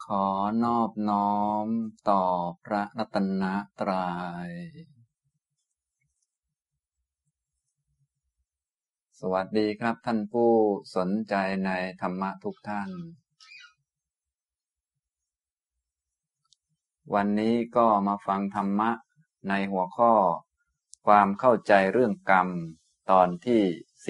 ขอนอบน้อมต่อพระรัตนตรัยสวัสดีครับท่านผู้สนใจในธรรมะทุกท่านวันนี้ก็มาฟังธรรมะในหัวข้อความเข้าใจเรื่องกรรมตอนที่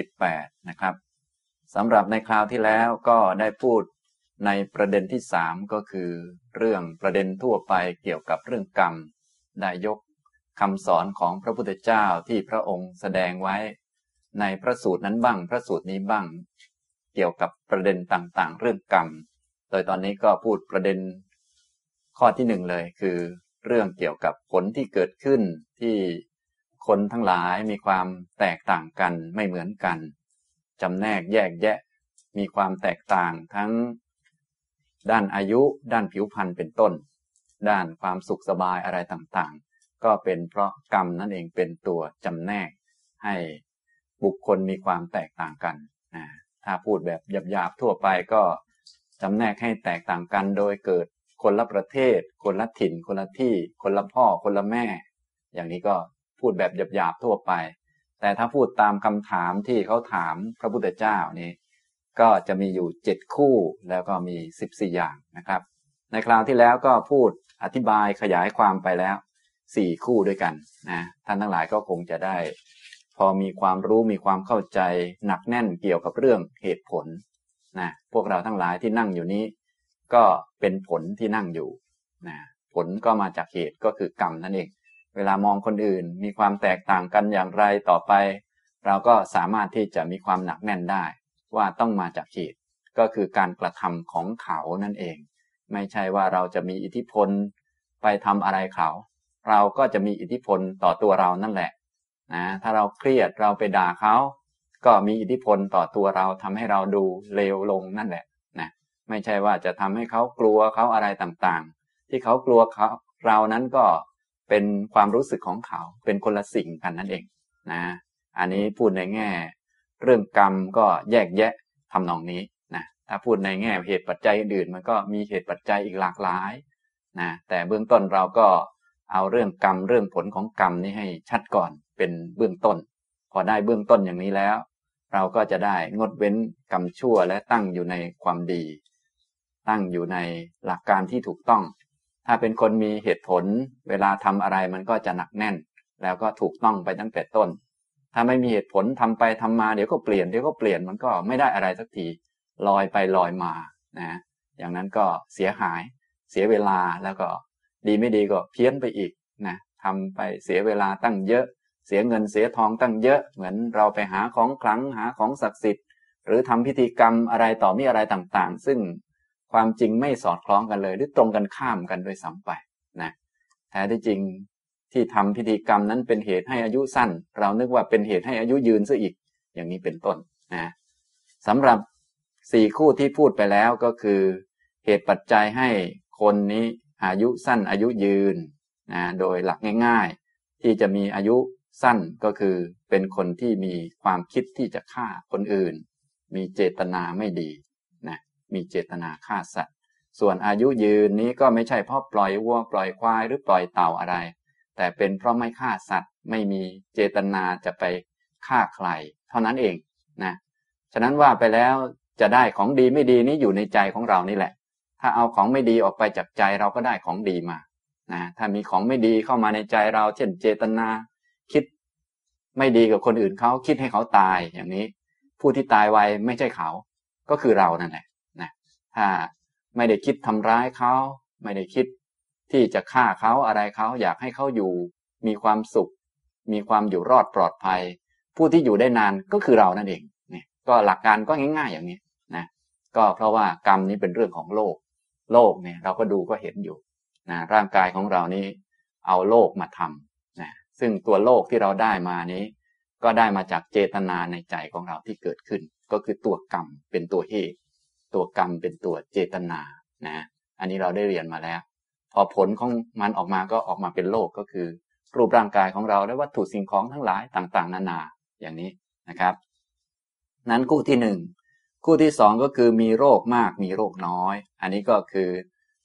18นะครับสำหรับในคราวที่แล้วก็ได้พูดในประเด็นที่3ก็คือเรื่องประเด็นทั่วไปเกี่ยวกับเรื่องกรรมได้ยกคำสอนของพระพุทธเจ้าที่พระองค์แสดงไว้ในพระสูตรนั้นบ้างพระสูตรนี้บ้างเกี่ยวกับประเด็นต่างๆเรื่องกรรมโดยตอนนี้ก็พูดประเด็นข้อที่1เลยคือเรื่องเกี่ยวกับผลที่เกิดขึ้นที่คนทั้งหลายมีความแตกต่างกันไม่เหมือนกันจำแนกแยกแยะมีความแตกต่างทั้งด้านอายุด้านผิวพรรณเป็นต้นด้านความสุขสบายอะไรต่างๆก็เป็นเพราะกรรมนั่นเองเป็นตัวจำแนกให้บุคคลมีความแตกต่างกันถ้าพูดแบบหยาบๆทั่วไปก็จำแนกให้แตกต่างกันโดยเกิดคนละประเทศคนละถิ่นคนละที่คนละพ่อคนละแม่อย่างนี้ก็พูดแบบหยาบๆทั่วไปแต่ถ้าพูดตามคำถามที่เขาถามพระพุทธเจ้านี่ก็จะมีอยู่7คู่แล้วก็มี14อย่างนะครับในคราวที่แล้วก็พูดอธิบายขยายความไปแล้ว4คู่ด้วยกันนะท่านทั้งหลายก็คงจะได้พอมีความรู้มีความเข้าใจหนักแน่นเกี่ยวกับเรื่องเหตุผลนะพวกเราทั้งหลายที่นั่งอยู่นี้ก็เป็นผลที่นั่งอยู่นะผลก็มาจากเหตุก็คือกรรมนั่นเองเวลามองคนอื่นมีความแตกต่างกันอย่างไรต่อไปเราก็สามารถที่จะมีความหนักแน่นได้ว่าต้องมาจากเหตุก็คือการกระทำของเขานั่นเองไม่ใช่ว่าเราจะมีอิทธิพลไปทำอะไรเขาเราก็จะมีอิทธิพลต่อตัวเรานั่นแหละนะถ้าเราเครียดเราไปด่าเขาก็มีอิทธิพลต่อตัวเราทำให้เราดูเลวลงนั่นแหละนะไม่ใช่ว่าจะทำให้เขากลัวเขาอะไรต่างๆที่เขากลัวเขาเรานั้นก็เป็นความรู้สึกของเขาเป็นคนละสิ่งกันนั่นเองนะอันนี้พูดในแง่เรื่องกรรมก็แยกแยะทำนองนี้นะถ้าพูดในแง่เหตุปัจจัยอื่นมันก็มีเหตุปัจจัยอีกหลากหลายนะแต่เบื้องต้นเราก็เอาเรื่องกรรมเรื่องผลของกรรมนี้ให้ชัดก่อนเป็นเบื้องต้นพอได้เบื้องต้นอย่างนี้แล้วเราก็จะได้งดเว้นกรรมชั่วและตั้งอยู่ในความดีตั้งอยู่ในหลักการที่ถูกต้องถ้าเป็นคนมีเหตุผลเวลาทำอะไรมันก็จะหนักแน่นแล้วก็ถูกต้องไปตั้งแต่ต้นถ้าไม่มีเหตุผลทำไปทำมาเดี๋ยวก็เปลี่ยนมันก็ไม่ได้อะไรสักทีลอยไปลอยมานะอย่างนั้นก็เสียหายเสียเวลาแล้วก็ดีไม่ดีก็เพี้ยนไปอีกนะทำไปเสียเวลาตั้งเยอะเสียเงินเสียทองตั้งเยอะเหมือนเราไปหาของขลังหาของศักดิ์สิทธิ์หรือทำพิธีกรรมอะไรต่อมีอะไรต่างๆซึ่งความจริงไม่สอดคล้องกันเลยหรือตรงกันข้ามกันด้วยซ้ำไปนะแท้ที่จริงที่ทำพิธีกรรมนั้นเป็นเหตุให้อายุสั้นเรานึกว่าเป็นเหตุให้อายุยืนซะอีกอย่างนี้เป็นต้นนะสำหรับ4คู่ที่พูดไปแล้วก็คือเหตุปัจจัยให้คนนี้อายุสั้นอายุยืนนะโดยหลักง่ายๆที่จะมีอายุสั้นก็คือเป็นคนที่มีความคิดที่จะฆ่าคนอื่นมีเจตนาไม่ดีนะมีเจตนาฆ่าสัตว์ส่วนอายุยืนนี้ก็ไม่ใช่เพราะปล่อยวัวปล่อยควายหรือปล่อยเต่าอะไรแต่เป็นเพราะไม่ฆ่าสัตว์ไม่มีเจตนาจะไปฆ่าใครเท่านั้นเองนะฉะนั้นว่าไปแล้วจะได้ของดีไม่ดีนี้อยู่ในใจของเรานี่แหละถ้าเอาของไม่ดีออกไปจากใจเราก็ได้ของดีมานะถ้ามีของไม่ดีเข้ามาในใจเราเช่นเจตนาคิดไม่ดีกับคนอื่นเขาคิดให้เขาตายอย่างนี้ผู้ที่ตายไวไม่ใช่เขาก็คือเรานั่นแหละนะถ้าไม่ได้คิดทำร้ายเขาไม่ได้คิดที่จะฆ่าเขาอะไรเขาอยากให้เขาอยู่มีความสุขมีความอยู่รอดปลอดภัยผู้ที่อยู่ได้นานก็คือเรานั่นเองเนี่ยก็หลักการก็ง่ายๆอย่างนี้นะก็เพราะว่ากรรมนี้เป็นเรื่องของโลกเนี่ยเราก็ดูก็เห็นอยู่นะร่างกายของเรานี้เอาโลกมาทำนะซึ่งตัวโลกที่เราได้มานี้ก็ได้มาจากเจตนาในใจของเราที่เกิดขึ้นก็คือตัวกรรมเป็นตัวเหตุตัวกรรมเป็นตัวเจตนานะอันนี้เราได้เรียนมาแล้วพอผลของมันออกมาก็ออกมาเป็นโลกก็คือรูปร่างกายของเราและวัตถุสิ่งของทั้งหลายต่างๆนานาอย่างนี้นะครับนั้นคู่ที่1คู่ที่2ก็คือมีโรคมากมีโรคน้อยอันนี้ก็คือ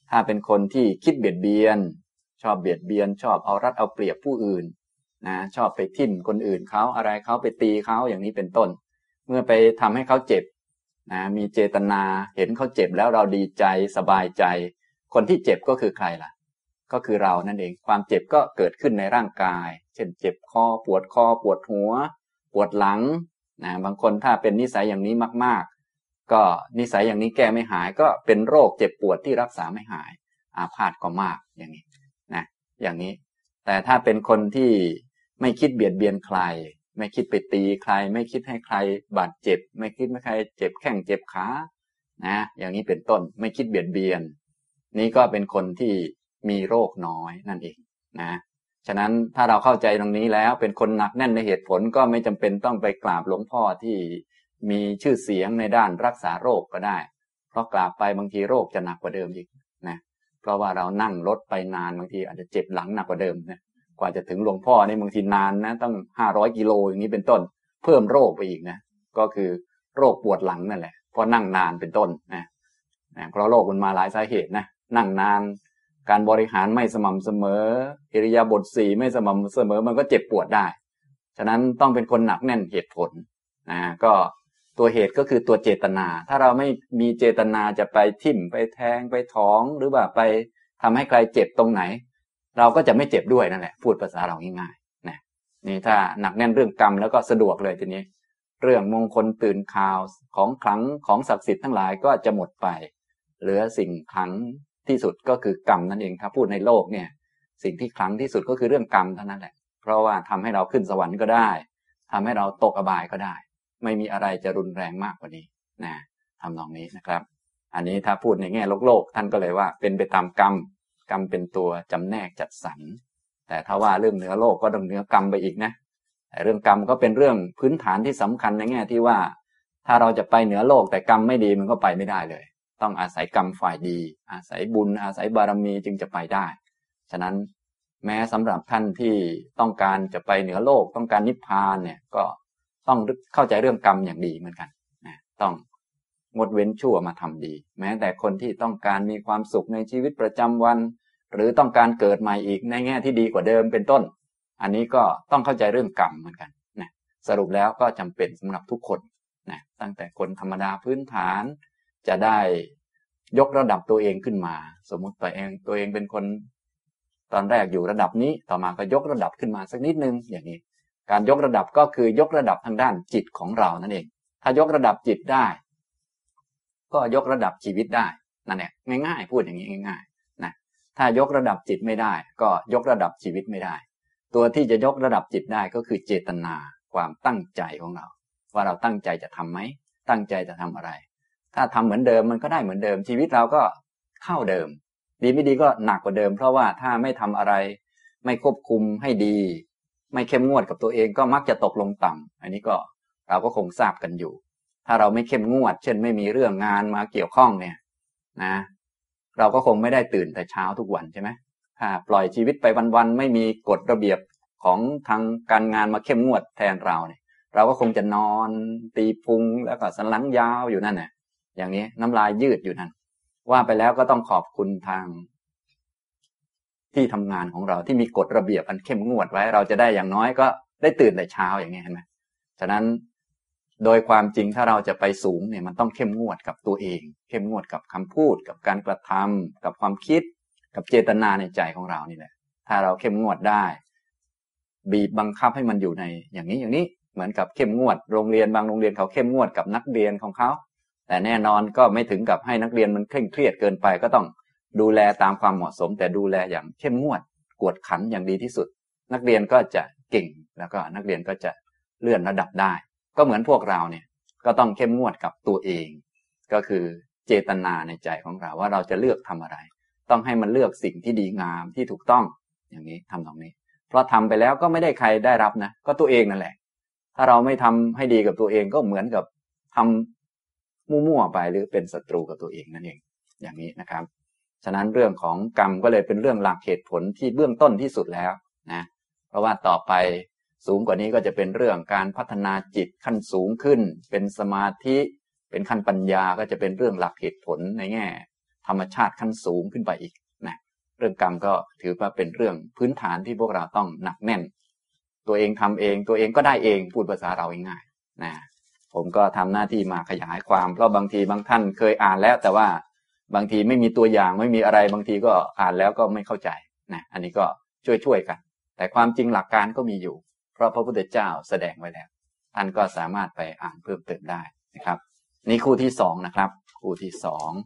ถ้าเป็นคนที่คิดเบียดเบียนชอบเบียดเบียนชอบเอารัดเอาเปรียบผู้อื่นนะชอบไปทิ่มคนอื่นเขาอะไรเขาไปตีเขาอย่างนี้เป็นต้นเมื่อไปทำให้เขาเจ็บนะมีเจตนาเห็นเขาเจ็บแล้วเราดีใจสบายใจคนที่เจ็บก็คือใครล่ะก็คือเรานั่นเองความเจ็บก็เกิดขึ้นในร่างกายเช่นเจ็บคอปวดหัวปวดหลังนะบางคนถ้าเป็นนิสัยอย่างนี้มากๆก็นิสัยอย่างนี้แก้ไม่หายก็เป็นโรคเจ็บปวดที่รักษาไม่หายอาพาธก็มากอย่างนี้นะอย่างนี้แต่ถ้าเป็นคนที่ไม่คิดเบียดเบียนใครไม่คิดไปตีใครไม่คิดให้ใครบาดเจ็บไม่คิดให้ใครเจ็บแข้งเจ็บขานะอย่างนี้เป็นต้นไม่คิดเบียดเบียนนี่ก็เป็นคนที่มีโรคน้อยนั่นเองนะฉะนั้นถ้าเราเข้าใจตรงนี้แล้วเป็นคนหนักแน่นในเหตุผลก็ไม่จำเป็นต้องไปกราบหลวงพ่อที่มีชื่อเสียงในด้านรักษาโรคก็ได้เพราะกราบไปบางทีโรคจะหนักกว่าเดิมอีกนะเพราะว่าเรานั่งรถไปนานบางทีอาจจะเจ็บหลังหนักกว่าเดิมนะกว่าจะถึงหลวงพ่อนี่บางทีนานนะต้อง500 กิโลอย่างนี้เป็นต้นเพิ่มโรคไปอีกนะก็คือโรคปวดหลังนั่นแหละเพราะนั่งนานเป็นต้นนะเพราะโรคมันมาหลายสาเหตุนะนั่งนานการบริหารไม่สม่ำเสมออิริยาบถ4ไม่สม่ำเสมอมันก็เจ็บปวดได้ฉะนั้นต้องเป็นคนหนักแน่นเหตุผลนะก็ตัวเหตุก็คือตัวเจตนาถ้าเราไม่มีเจตนาจะไปทิ่มไปแทงไปถองหรือว่าไปทำให้ใครเจ็บตรงไหนเราก็จะไม่เจ็บด้วยนั่นแหละพูดภาษาเราง่ายๆนะนี่ถ้าหนักแน่นเรื่องกรรมแล้วก็สะดวกเลยทีนี้เรื่องมงคลตื่นข่าวของขลังของศักดิ์สิทธิ์ทั้งหลายก็จะหมดไปเหลือสิ่งขลังที่สุดก็คือกรรมนั่นเองถ้าพูดในโลกเนี่ยสิ่งที่ขลังที่สุดก็คือเรื่องกรรมเท่านั้นแหละเพราะว่าทำให้เราขึ้นสวรรค์ก็ได้ทำให้เราตกอบายก็ได้ไม่มีอะไรจะรุนแรงมากกว่านี้นะทำนองนี้นะครับอันนี้ถ้าพูดในแง่โลกท่านก็เลยว่าเป็นไปตามกรรมกรรมเป็นตัวจำแนกจัดสรรแต่ถ้าว่าเรื่องเหนือโลกก็ต้องเหนือกรรมไปอีกนะแต่เรื่องกรรมก็เป็นเรื่องพื้นฐานที่สำคัญในแง่ที่ว่าถ้าเราจะไปเหนือโลกแต่กรรมไม่ดีมันก็ไปไม่ได้เลยต้องอาศัยกรรมฝ่ายดีอาศัยบุญอาศัยบารมีจึงจะไปได้ฉะนั้นแม้สำหรับท่านที่ต้องการจะไปเหนือโลกต้องการนิพพานเนี่ยก็ต้องเข้าใจเรื่องกรรมอย่างดีเหมือนกันนะต้องงดเว้นชั่วมาทำดีแม้แต่คนที่ต้องการมีความสุขในชีวิตประจำวันหรือต้องการเกิดใหม่อีกในแง่ที่ดีกว่าเดิมเป็นต้นอันนี้ก็ต้องเข้าใจเรื่องกรรมเหมือนกันนะสรุปแล้วก็จำเป็นสำหรับทุกคนนะตั้งแต่คนธรรมดาพื้นฐานจะได้ยกระดับตัวเองขึ้นมาสมมุติตัวเองเป็นคนตอนแรกอยู่ระดับนี้ต่อมาก็ยกระดับขึ้นมาสักนิดนึงอย่างนี้การยกระดับก็คือยกระดับทางด้านจิตของเรานั่นเองถ้ายกระดับจิตได้ก็ยกระดับชีวิตได้นั่นแหละง่ายๆพูดอย่างนี้ง่ายๆนะถ้ายกระดับจิตไม่ได้ก็ยกระดับชีวิตไม่ได้ตัวที่จะยกระดับจิตได้ก็คือเจตนาความตั้งใจของเราว่าเราตั้งใจจะทำไหมตั้งใจจะทำอะไรถ้าทำเหมือนเดิมมันก็ได้เหมือนเดิมชีวิตเราก็เท่าเดิมดีไม่ดีก็หนักกว่าเดิมเพราะว่าถ้าไม่ทำอะไรไม่ควบคุมให้ดีไม่เข้มงวดกับตัวเองก็มักจะตกลงต่ำอันนี้ก็เราก็คงทราบกันอยู่ถ้าเราไม่เข้มงวดเช่นไม่มีเรื่องงานมาเกี่ยวข้องเนี่ยนะเราก็คงไม่ได้ตื่นแต่เช้าทุกวันใช่ไหมถ้าปล่อยชีวิตไปวันๆไม่มีกฎระเบียบของทางการงานมาเข้มงวดแทนเราเนี่ยเราก็คงจะนอนตีพุงแล้วก็สันหลังยาวอยู่นั่นแหละอย่างนี้น้ำลายยืดอยู่นั่นว่าไปแล้วก็ต้องขอบคุณทางที่ทำงานของเราที่มีกฎระเบียบอันเข้มงวดไว้เราจะได้อย่างน้อยก็ได้ตื่นแต่เช้าอย่างนี้เห็นไหมฉะนั้นโดยความจริงถ้าเราจะไปสูงเนี่ยมันต้องเข้มงวดกับตัวเองเข้มงวดกับคำพูดกับการกระทำกับความคิดกับเจตนาในใจของเรานี่แหละถ้าเราเข้มงวดได้บีบบังคับให้มันอยู่ในอย่างนี้เหมือนกับเข้มงวดโรงเรียนบางโรงเรียนเขาเข้มงวดกับนักเรียนของเขาแต่แน่นอนก็ไม่ถึงกับให้นักเรียนมันเคร่งเครียดเกินไปก็ต้องดูแลตามความเหมาะสมแต่ดูแลอย่างเข้มงวดกวดขันอย่างดีที่สุดนักเรียนก็จะเก่งแล้วก็นักเรียนก็จะเลื่อนระดับได้ก็เหมือนพวกเราเนี่ยก็ต้องเข้มงวดกับตัวเองก็คือเจตนาในใจของเราว่าเราจะเลือกทำอะไรต้องให้มันเลือกสิ่งที่ดีงามที่ถูกต้องอย่างนี้ทำตรงนี้เพราะทำไปแล้วก็ไม่ได้ใครได้รับนะก็ตัวเองนั่นแหละถ้าเราไม่ทำให้ดีกับตัวเองก็เหมือนกับทำมั่วๆไปหรือเป็นศัตรูกับตัวเองนั่นเองอย่างนี้นะครับฉะนั้นเรื่องของกรรมก็เลยเป็นเรื่องหลักเหตุผลที่เบื้องต้นที่สุดแล้วนะเพราะว่าต่อไปสูงกว่านี้ก็จะเป็นเรื่องการพัฒนาจิตขั้นสูงขึ้นเป็นสมาธิเป็นขั้นปัญญาก็จะเป็นเรื่องหลักเหตุผลในแง่ธรรมชาติขั้นสูงขึ้นไปอีกนะเรื่องกรรมก็ถือว่าเป็นเรื่องพื้นฐานที่พวกเราต้องหนักแน่นตัวเองทำเองตัวเองก็ได้เองพูดภาษาเราง่ายๆนะผมก็ทำหน้าที่มาขยายความเพราะบางทีบางท่านเคยอ่านแล้วแต่ว่าบางทีไม่มีตัวอย่างไม่มีอะไรบางทีก็อ่านแล้วก็ไม่เข้าใจนะอันนี้ก็ช่วยกันแต่ความจริงหลักการก็มีอยู่เพราะพระพุทธเจ้าแสดงไว้แล้วท่านก็สามารถไปอ่านเพิ่มเติมได้นะครับนี่คู่ที่2นะครับคู่ที่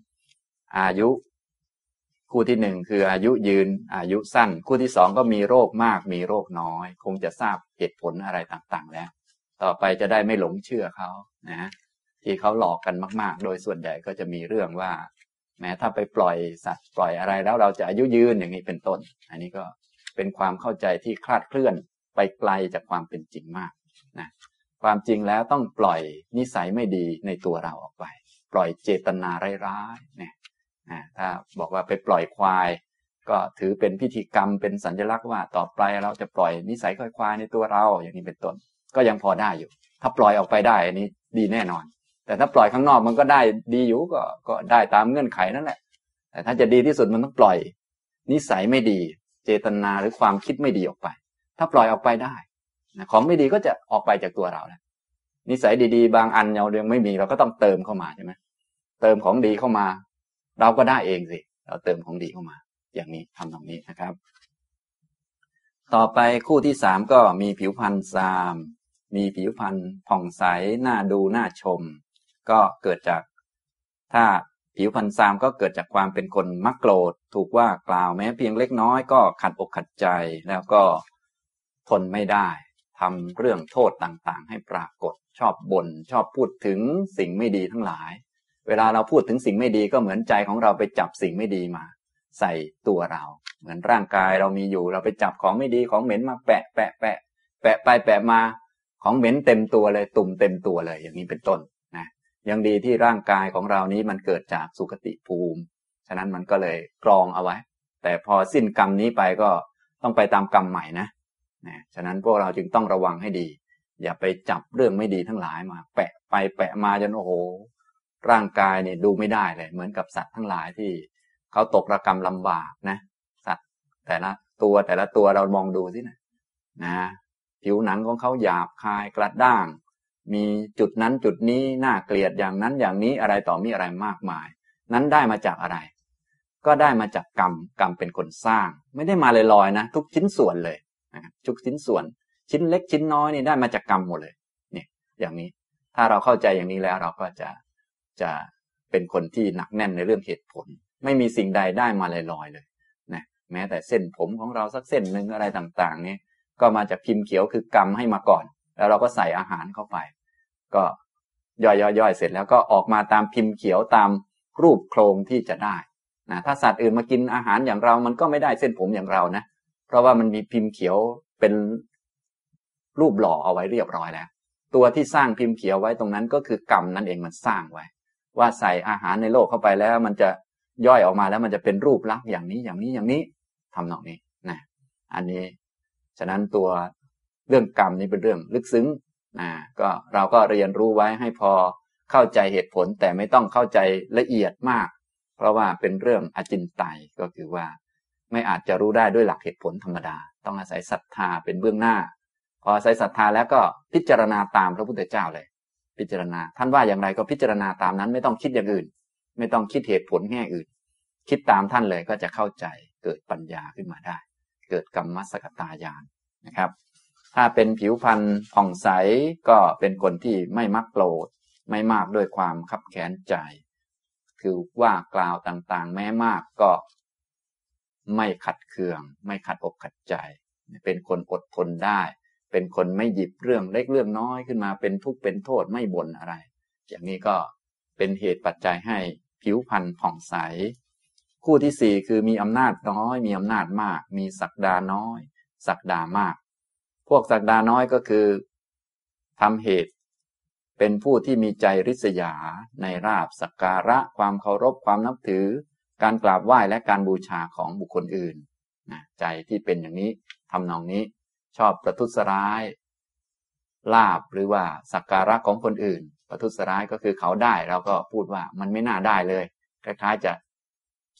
2อายุคู่ที่1คืออายุยืนอายุสั้นคู่ที่2ก็มีโรคมากมีโรคน้อยคงจะทราบเหตุผลอะไรต่างๆแล้วต่อไปจะได้ไม่หลงเชื่อเขานะที่เขาหลอกกันมากๆโดยส่วนใหญ่ก็จะมีเรื่องว่าแม้ถ้าไปปล่อยสัตว์ปล่อยอะไรแล้วเราจะอายุยืนอย่างนี้เป็นต้นอันนี้ก็เป็นความเข้าใจที่คลาดเคลื่อนไปไกลจากความเป็นจริงมากนะความจริงแล้วต้องปล่อยนิสัยไม่ดีในตัวเราออกไปปล่อยเจตนาร้ายๆเนี่ยถ้าบอกว่าไปปล่อยควายก็ถือเป็นพิธีกรรมเป็นสัญลักษณ์ว่าต่อไปเราจะปล่อยนิสัยควายในตัวเราอย่างนี้เป็นต้นก็ยังพอได้อยู่ถ้าปล่อยออกไปได้อันนี้ดีแน่นอนแต่ถ้าปล่อยข้างนอกมันก็ได้ดีอยู่ก็ได้ตามเงื่อนไขนั่นแหละแต่ถ้าจะดีที่สุดมันต้องปล่อยนิสัยไม่ดีเจตนาหรือความคิดไม่ดีออกไปถ้าปล่อยออกไปได้ของไม่ดีก็จะออกไปจากตัวเราแล้วนิสัยดีๆบางอันเรายังไม่มีเราก็ต้องเติมเข้ามาใช่ไหมเติมของดีเข้ามาเราก็ได้เองสิเราเติมของดีเข้ามาอย่างนี้ทำตรงนี้นะครับต่อไปคู่ที่3ก็มีผิวพรรณซามมีผิวพรรณผ่องใสน่าดูน่าชมก็เกิดจากถ้าผิวพรรณซามก็เกิดจากความเป็นคนมักโกรธถูกว่ากล่าวแม้เพียงเล็กน้อยก็ขัดอกขัดใจแล้วก็ทนไม่ได้ทำเรื่องโทษต่างๆให้ปรากฏชอบบ่นชอบพูดถึงสิ่งไม่ดีทั้งหลายเวลาเราพูดถึงสิ่งไม่ดีก็เหมือนใจของเราไปจับสิ่งไม่ดีมาใส่ตัวเราเหมือนร่างกายเรามีอยู่เราไปจับของไม่ดีของเหม็นมาแปะไปแปะมาของเหม็นเต็มตัวเลยตุ่มเต็มตัวเลยอย่างนี้เป็นต้นนะยังดีที่ร่างกายของเรานี้มันเกิดจากสุคติภูมิฉะนั้นมันก็เลยกรองเอาไว้แต่พอสิ้นกรรมนี้ไปก็ต้องไปตามกรรมใหม่นะฉะนั้นพวกเราจึงต้องระวังให้ดีอย่าไปจับเรื่องไม่ดีทั้งหลายมาแปะไปแปะมาจนโอ้โหร่างกายเนี่ยดูไม่ได้เลยเหมือนกับสัตว์ทั้งหลายที่เขาตกระกรรมลำบากนะสัตว์แต่ละตัวเรามองดูสินะผิวหนังของเขาหยาบคายกระด้างมีจุดนั้นจุดนี้น่าเกลียดอย่างนั้นอย่างนี้อะไรต่อมีอะไรมากมายนั้นได้มาจากอะไรก็ได้มาจากกรรมเป็นคนสร้างไม่ได้มาลอยๆนะทุกชิ้นส่วนเลยทุกชิ้นส่วนชิ้นเล็กชิ้นน้อยนี่ได้มาจากกรรมหมดเลยเนี่ยอย่างนี้ถ้าเราเข้าใจอย่างนี้แล้วเราก็จะเป็นคนที่หนักแน่นในเรื่องเหตุผลไม่มีสิ่งใดได้มาลอยๆเลยนะแม้แต่เส้นผมของเราสักเส้นนึงอะไรต่างๆนี่ก็มาจากพิมพ์เขียวคือกรรมให้มาก่อนแล้วเราก็ใส่อาหารเข้าไปก็ย่อยเสร็จแล้วก็ออกมาตามพิมพ์เขียวตามรูปโครงที่จะได้นะถ้าสัตว์อื่นมากินอาหารอย่างเรามันก็ไม่ได้เส้นผมอย่างเรานะเพราะว่ามันมีพิมพ์เขียวเป็นรูปหล่อเอาไว้เรียบร้อยแล้วตัวที่สร้างพิมพ์เขียวไว้ตรงนั้นก็คือกรรมนั่นเองมันสร้างไว้ว่าใส่อาหารในโลกเข้าไปแล้วมันจะย่อยออกมาแล้วมันจะเป็นรูปลักษณ์อย่างนี้ทำนองนี้นะอันนี้ฉะนั้นตัวเรื่องกรรมนี้เป็นเรื่องลึกซึ้งก็เราก็เรียนรู้ไว้ให้พอเข้าใจเหตุผลแต่ไม่ต้องเข้าใจละเอียดมากเพราะว่าเป็นเรื่องอจินไตยก็คือว่าไม่อาจจะรู้ได้ด้วยหลักเหตุผลธรรมดาต้องอาศัยศรัทธาเป็นเบื้องหน้าพออาศัยศรัทธาแล้วก็พิจารณาตามพระพุทธเจ้าเลยพิจารณาท่านว่าอย่างไรก็พิจารณาตามนั้นไม่ต้องคิดอย่างอื่นไม่ต้องคิดเหตุผลแง่อื่นคิดตามท่านเลยก็จะเข้าใจเกิดปัญญาขึ้นมาได้เกิดกัมมัสสกตญาณนะครับถ้าเป็นผิวพรรณผ่องใสก็เป็นคนที่ไม่มักโกรธไม่มากด้วยความคับแค้นใจคือว่ากล่าวต่างๆแม้มากก็ไม่ขัดเคืองไม่ขัดอกขัดใจเป็นคนอดทนได้เป็นคนไม่หยิบเรื่องเล็กเรื่องน้อยขึ้นมาเป็นทุกข์เป็นโทษไม่บ่นอะไรอย่างนี้ก็เป็นเหตุปัจจัยให้ผิวพรรณผ่องใสคู่ที่4คือมีอำนาจน้อยมีอำนาจมากมีศักดาน้อยศักดามากพวกศักดาน้อยก็คือทำเหตุเป็นผู้ที่มีใจริษยาในลาภสักการะความเคารพความนับถือการกราบไหว้และการบูชาของบุคคลอื่นใจที่เป็นอย่างนี้ทำนองนี้ชอบประทุษร้ายลาภหรือว่าสักการะของคนอื่นประทุษร้ายก็คือเขาได้เราก็พูดว่ามันไม่น่าได้เลยคล้ายๆจะ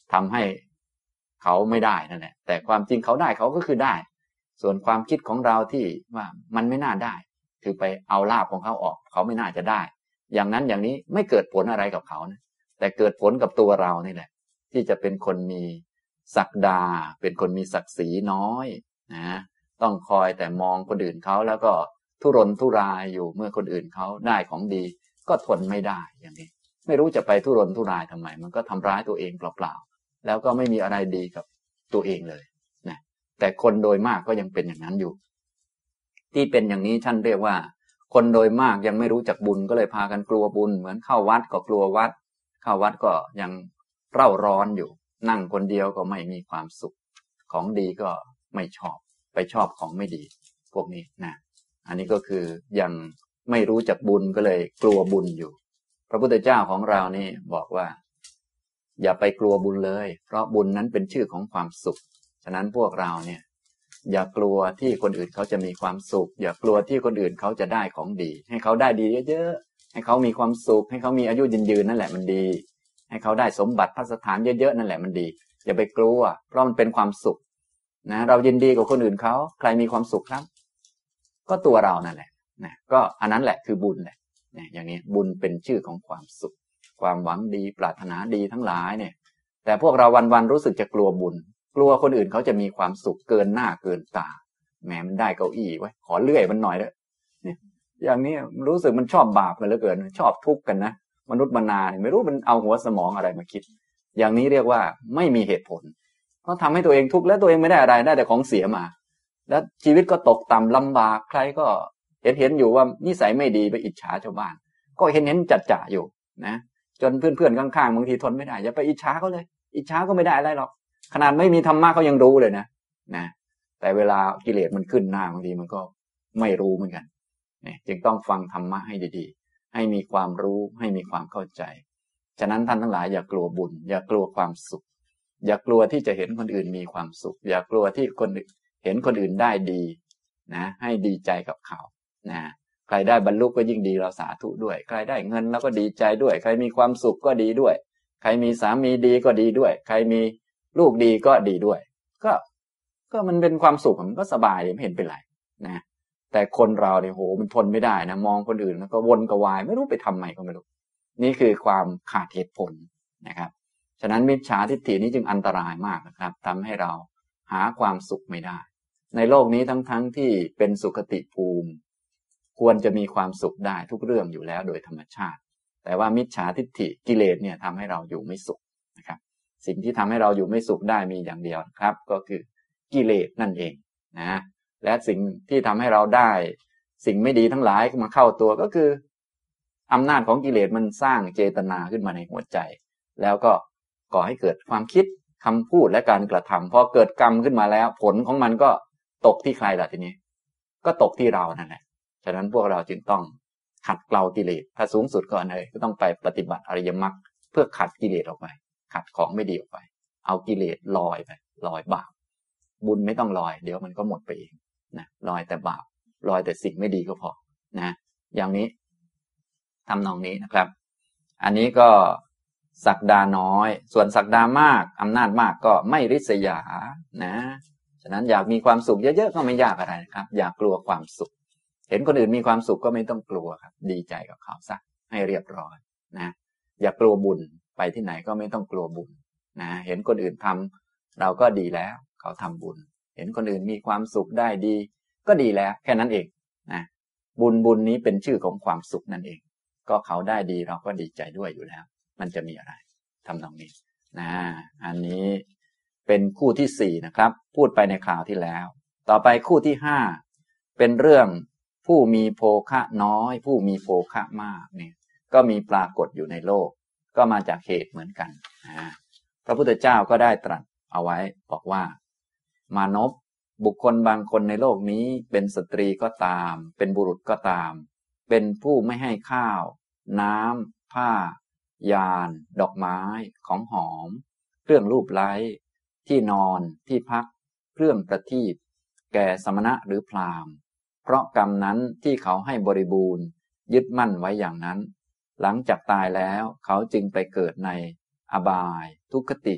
ทำให้เขาไม่ได้นั่นแหละแต่ความจริงเขาได้เขาก็คือได้ส่วนความคิดของเราที่ว่ามันไม่น่าได้คือไปเอาลาภของเขาออกเขาไม่น่าจะได้อย่างนั้นอย่างนี้ไม่เกิดผลอะไรกับเขานะแต่เกิดผลกับตัวเรานี่แหละที่จะเป็นคนมีศักดาเป็นคนมีศักดิ์ศรีน้อยนะต้องคอยแต่มองคนอื่นเขาแล้วก็ทุรนทุรายอยู่เมื่อคนอื่นเขาได้ของดีก็ทนไม่ได้อย่างนี้ไม่รู้จะไปทุรนทุรายทำไมมันก็ทำร้ายตัวเองเปล่าๆแล้วก็ไม่มีอะไรดีกับตัวเองเลยนะแต่คนโดยมากก็ยังเป็นอย่างนั้นอยู่ที่เป็นอย่างนี้ท่านเรียกว่าคนโดยมากยังไม่รู้จักบุญก็เลยพากันกลัวบุญเหมือนเข้าวัดก็กลัววัดเข้าวัดก็ยังเร่าร้อนอยู่นั่งคนเดียวก็ไม่มีความสุขของดีก็ไม่ชอบไปชอบของไม่ดีพวกนี้นะอันนี้ก็คือยังไม่รู้จักบุญก็เลยกลัวบุญอยู่พระพุทธเจ้าของเรานี่บอกว่าอย่าไปกลัวบุญเลยเพราะบุญนั้นเป็นชื่อของความสุขฉะนั้นพวกเราเนี่ยอย่ากลัวที่คนอื่นเขาจะมีความสุขอย่ากลัวที่คนอื่นเขาจะได้ของดีให้เขาได้ดีเยอะๆให้เขามีความสุขให้เขามีอายุยืนนั่นแหละมันดีให้เขาได้สมบัติพัสถานเยอะๆนั่นแหละมันดีอย่าไปกลัวเพราะมันเป็นความสุขนะเรายินดีกับคนอื่นเขาใครมีความสุขครับก็ตัวเรานั่นแหละนะก็อันนั้นแหละคือบุญแหละเนี่ยอย่างนี้บุญเป็นชื่อของความสุขความหวังดีปรารถนาดีทั้งหลายเนี่ยแต่พวกเราวันๆรู้สึกจะกลัวบุญกลัวคนอื่นเขาจะมีความสุขเกินหน้าเกินตาแหมมันได้เก้าอี้ไว้ขอเลื่อยมันหน่อยเถอะเนี่ยอย่างนี้รู้สึกมันชอบบาปกันเหลือเกินชอบทุกข์กันนะมนุษย์มนาเนี่ยไม่รู้มันเอาหัวสมองอะไรมาคิดอย่างนี้เรียกว่าไม่มีเหตุผลเพราะทำให้ตัวเองทุกข์แล้วตัวเองไม่ได้อะไรได้แต่ของเสียมาแล้วชีวิตก็ตกต่ำลำบากใครก็เห็นอยู่ว่านิสัยไม่ดีไปอิจฉาชาวบ้านก็เห็นจัดจ่าอยู่นะจนเพื่อนๆข้างๆบางทีทนไม่ได้อย่าไปอิจฉาเขาเลยอิจฉาก็ไม่ได้อะไรหรอกขนาดไม่มีธรรมะเขายังรู้เลยนะแต่เวลากิเลสมันขึ้นหน้าบางทีมันก็ไม่รู้เหมือนกันเนี่ยจึงต้องฟังธรรมะให้ดีๆให้มีความรู้ให้มีความเข้าใจฉะนั้นท่านทั้งหลายอย่ากลัวบุญอย่ากลัวความสุขอย่ากลัวที่จะเห็นคนอื่นมีความสุขอย่ากลัวที่เห็นคนอื่นได้ดีนะให้ดีใจกับเขานะใครได้บรรลุก็ยิ่งดีเราสาธุด้วยใครได้เงินแล้วก็ดีใจด้วยใครมีความสุขก็ดีด้วยใครมีสามีดีก็ดีด้วยใครมีลูกดีก็ดีด้วยก็มันเป็นความสุขมันก็สบายไม่เห็นเป็นไรนะแต่คนเราเนี่ยโหมันทนไม่ได้นะมองคนอื่นแล้วก็วนกระวายไม่รู้ไปทำไมก็ไม่รู้นี่คือความขาดเหตุผลนะครับฉะนั้นมิจฉาทิฏฐินี้จึงอันตรายมากนะครับทำให้เราหาความสุขไม่ได้ในโลกนี้ทั้งที่เป็นสุขติภูมิควรจะมีความสุขได้ทุกเรื่องอยู่แล้วโดยธรรมชาติแต่ว่ามิจฉาทิฏฐิกิเลสเนี่ยทำให้เราอยู่ไม่สุขนะครับสิ่งที่ทำให้เราอยู่ไม่สุขได้มีอย่างเดียวครับก็คือกิเลสนั่นเองนะและสิ่งที่ทำให้เราได้สิ่งไม่ดีทั้งหลายมาเข้าตัวก็คืออำนาจของกิเลสมันสร้างเจตนาขึ้นมาในหัวใจแล้วก็ก่อให้เกิดความคิดคำพูดและการกระทำพอเกิดกรรมขึ้นมาแล้วผลของมันก็ตกที่ใครล่ะทีนี้ก็ตกที่เรานั่นแหละฉะนั้นพวกเราจึงต้องขัดเกลากิเลสถ้าสูงสุดก่อนเลยก็ต้องไปปฏิบัติอริยมรรคเพื่อขัดกิเลสออกไปขัดของไม่ดีออกไปเอากิเลสลอยไปลอยบาปบุญไม่ต้องลอยเดี๋ยวมันก็หมดไปเองนะลอยแต่บาปลอยแต่สิ่งไม่ดีก็พอนะอย่างนี้ทำนองนี้นะครับอันนี้ก็ศักดาน้อยส่วนศักดามากอำนาจมากก็ไม่ริษยานะฉะนั้นอยากมีความสุขเยอะๆก็ไม่ยากอะไรนะครับอย่ากลัวความสุขเห็นคนอื่นมีความสุขก็ไม่ต้องกลัวครับดีใจกับเขาซะให้เรียบร้อยนะอย่ากลัวบุญไปที่ไหนก็ไม่ต้องกลัวบุญนะเห็นคนอื่นทำเราก็ดีแล้วเขาทำบุญเห็นคนอื่นมีความสุขได้ดีก็ดีแล้วแค่นั้นเองนะบุญนี้เป็นชื่อของความสุขนั่นเองก็เขาได้ดีเราก็ดีใจด้วยอยู่แล้วมันจะมีอะไรทำตรงนี้นะอันนี้เป็นคู่ที่สี่นะครับพูดไปในคราวที่แล้วต่อไปคู่ที่ห้าเป็นเรื่องผู้มีโภคะน้อยผู้มีโภคะมากเนี่ยก็มีปรากฏอยู่ในโลกก็มาจากเหตุเหมือนกันพระพุทธเจ้าก็ได้ตรัสเอาไว้บอกว่ามานพบุคคลบางคนในโลกนี้เป็นสตรีก็ตามเป็นบุรุษก็ตามเป็นผู้ไม่ให้ข้าวน้ำผ้ายานดอกไม้ของหอมเครื่องลูบไล้ที่นอนที่พักเครื่องประทีปแก่สมณะหรือพราหมณ์เพราะกรรมนั้นที่เขาให้บริบูรณ์ยึดมั่นไว้อย่างนั้นหลังจากตายแล้วเขาจึงไปเกิดในอบายทุกขติ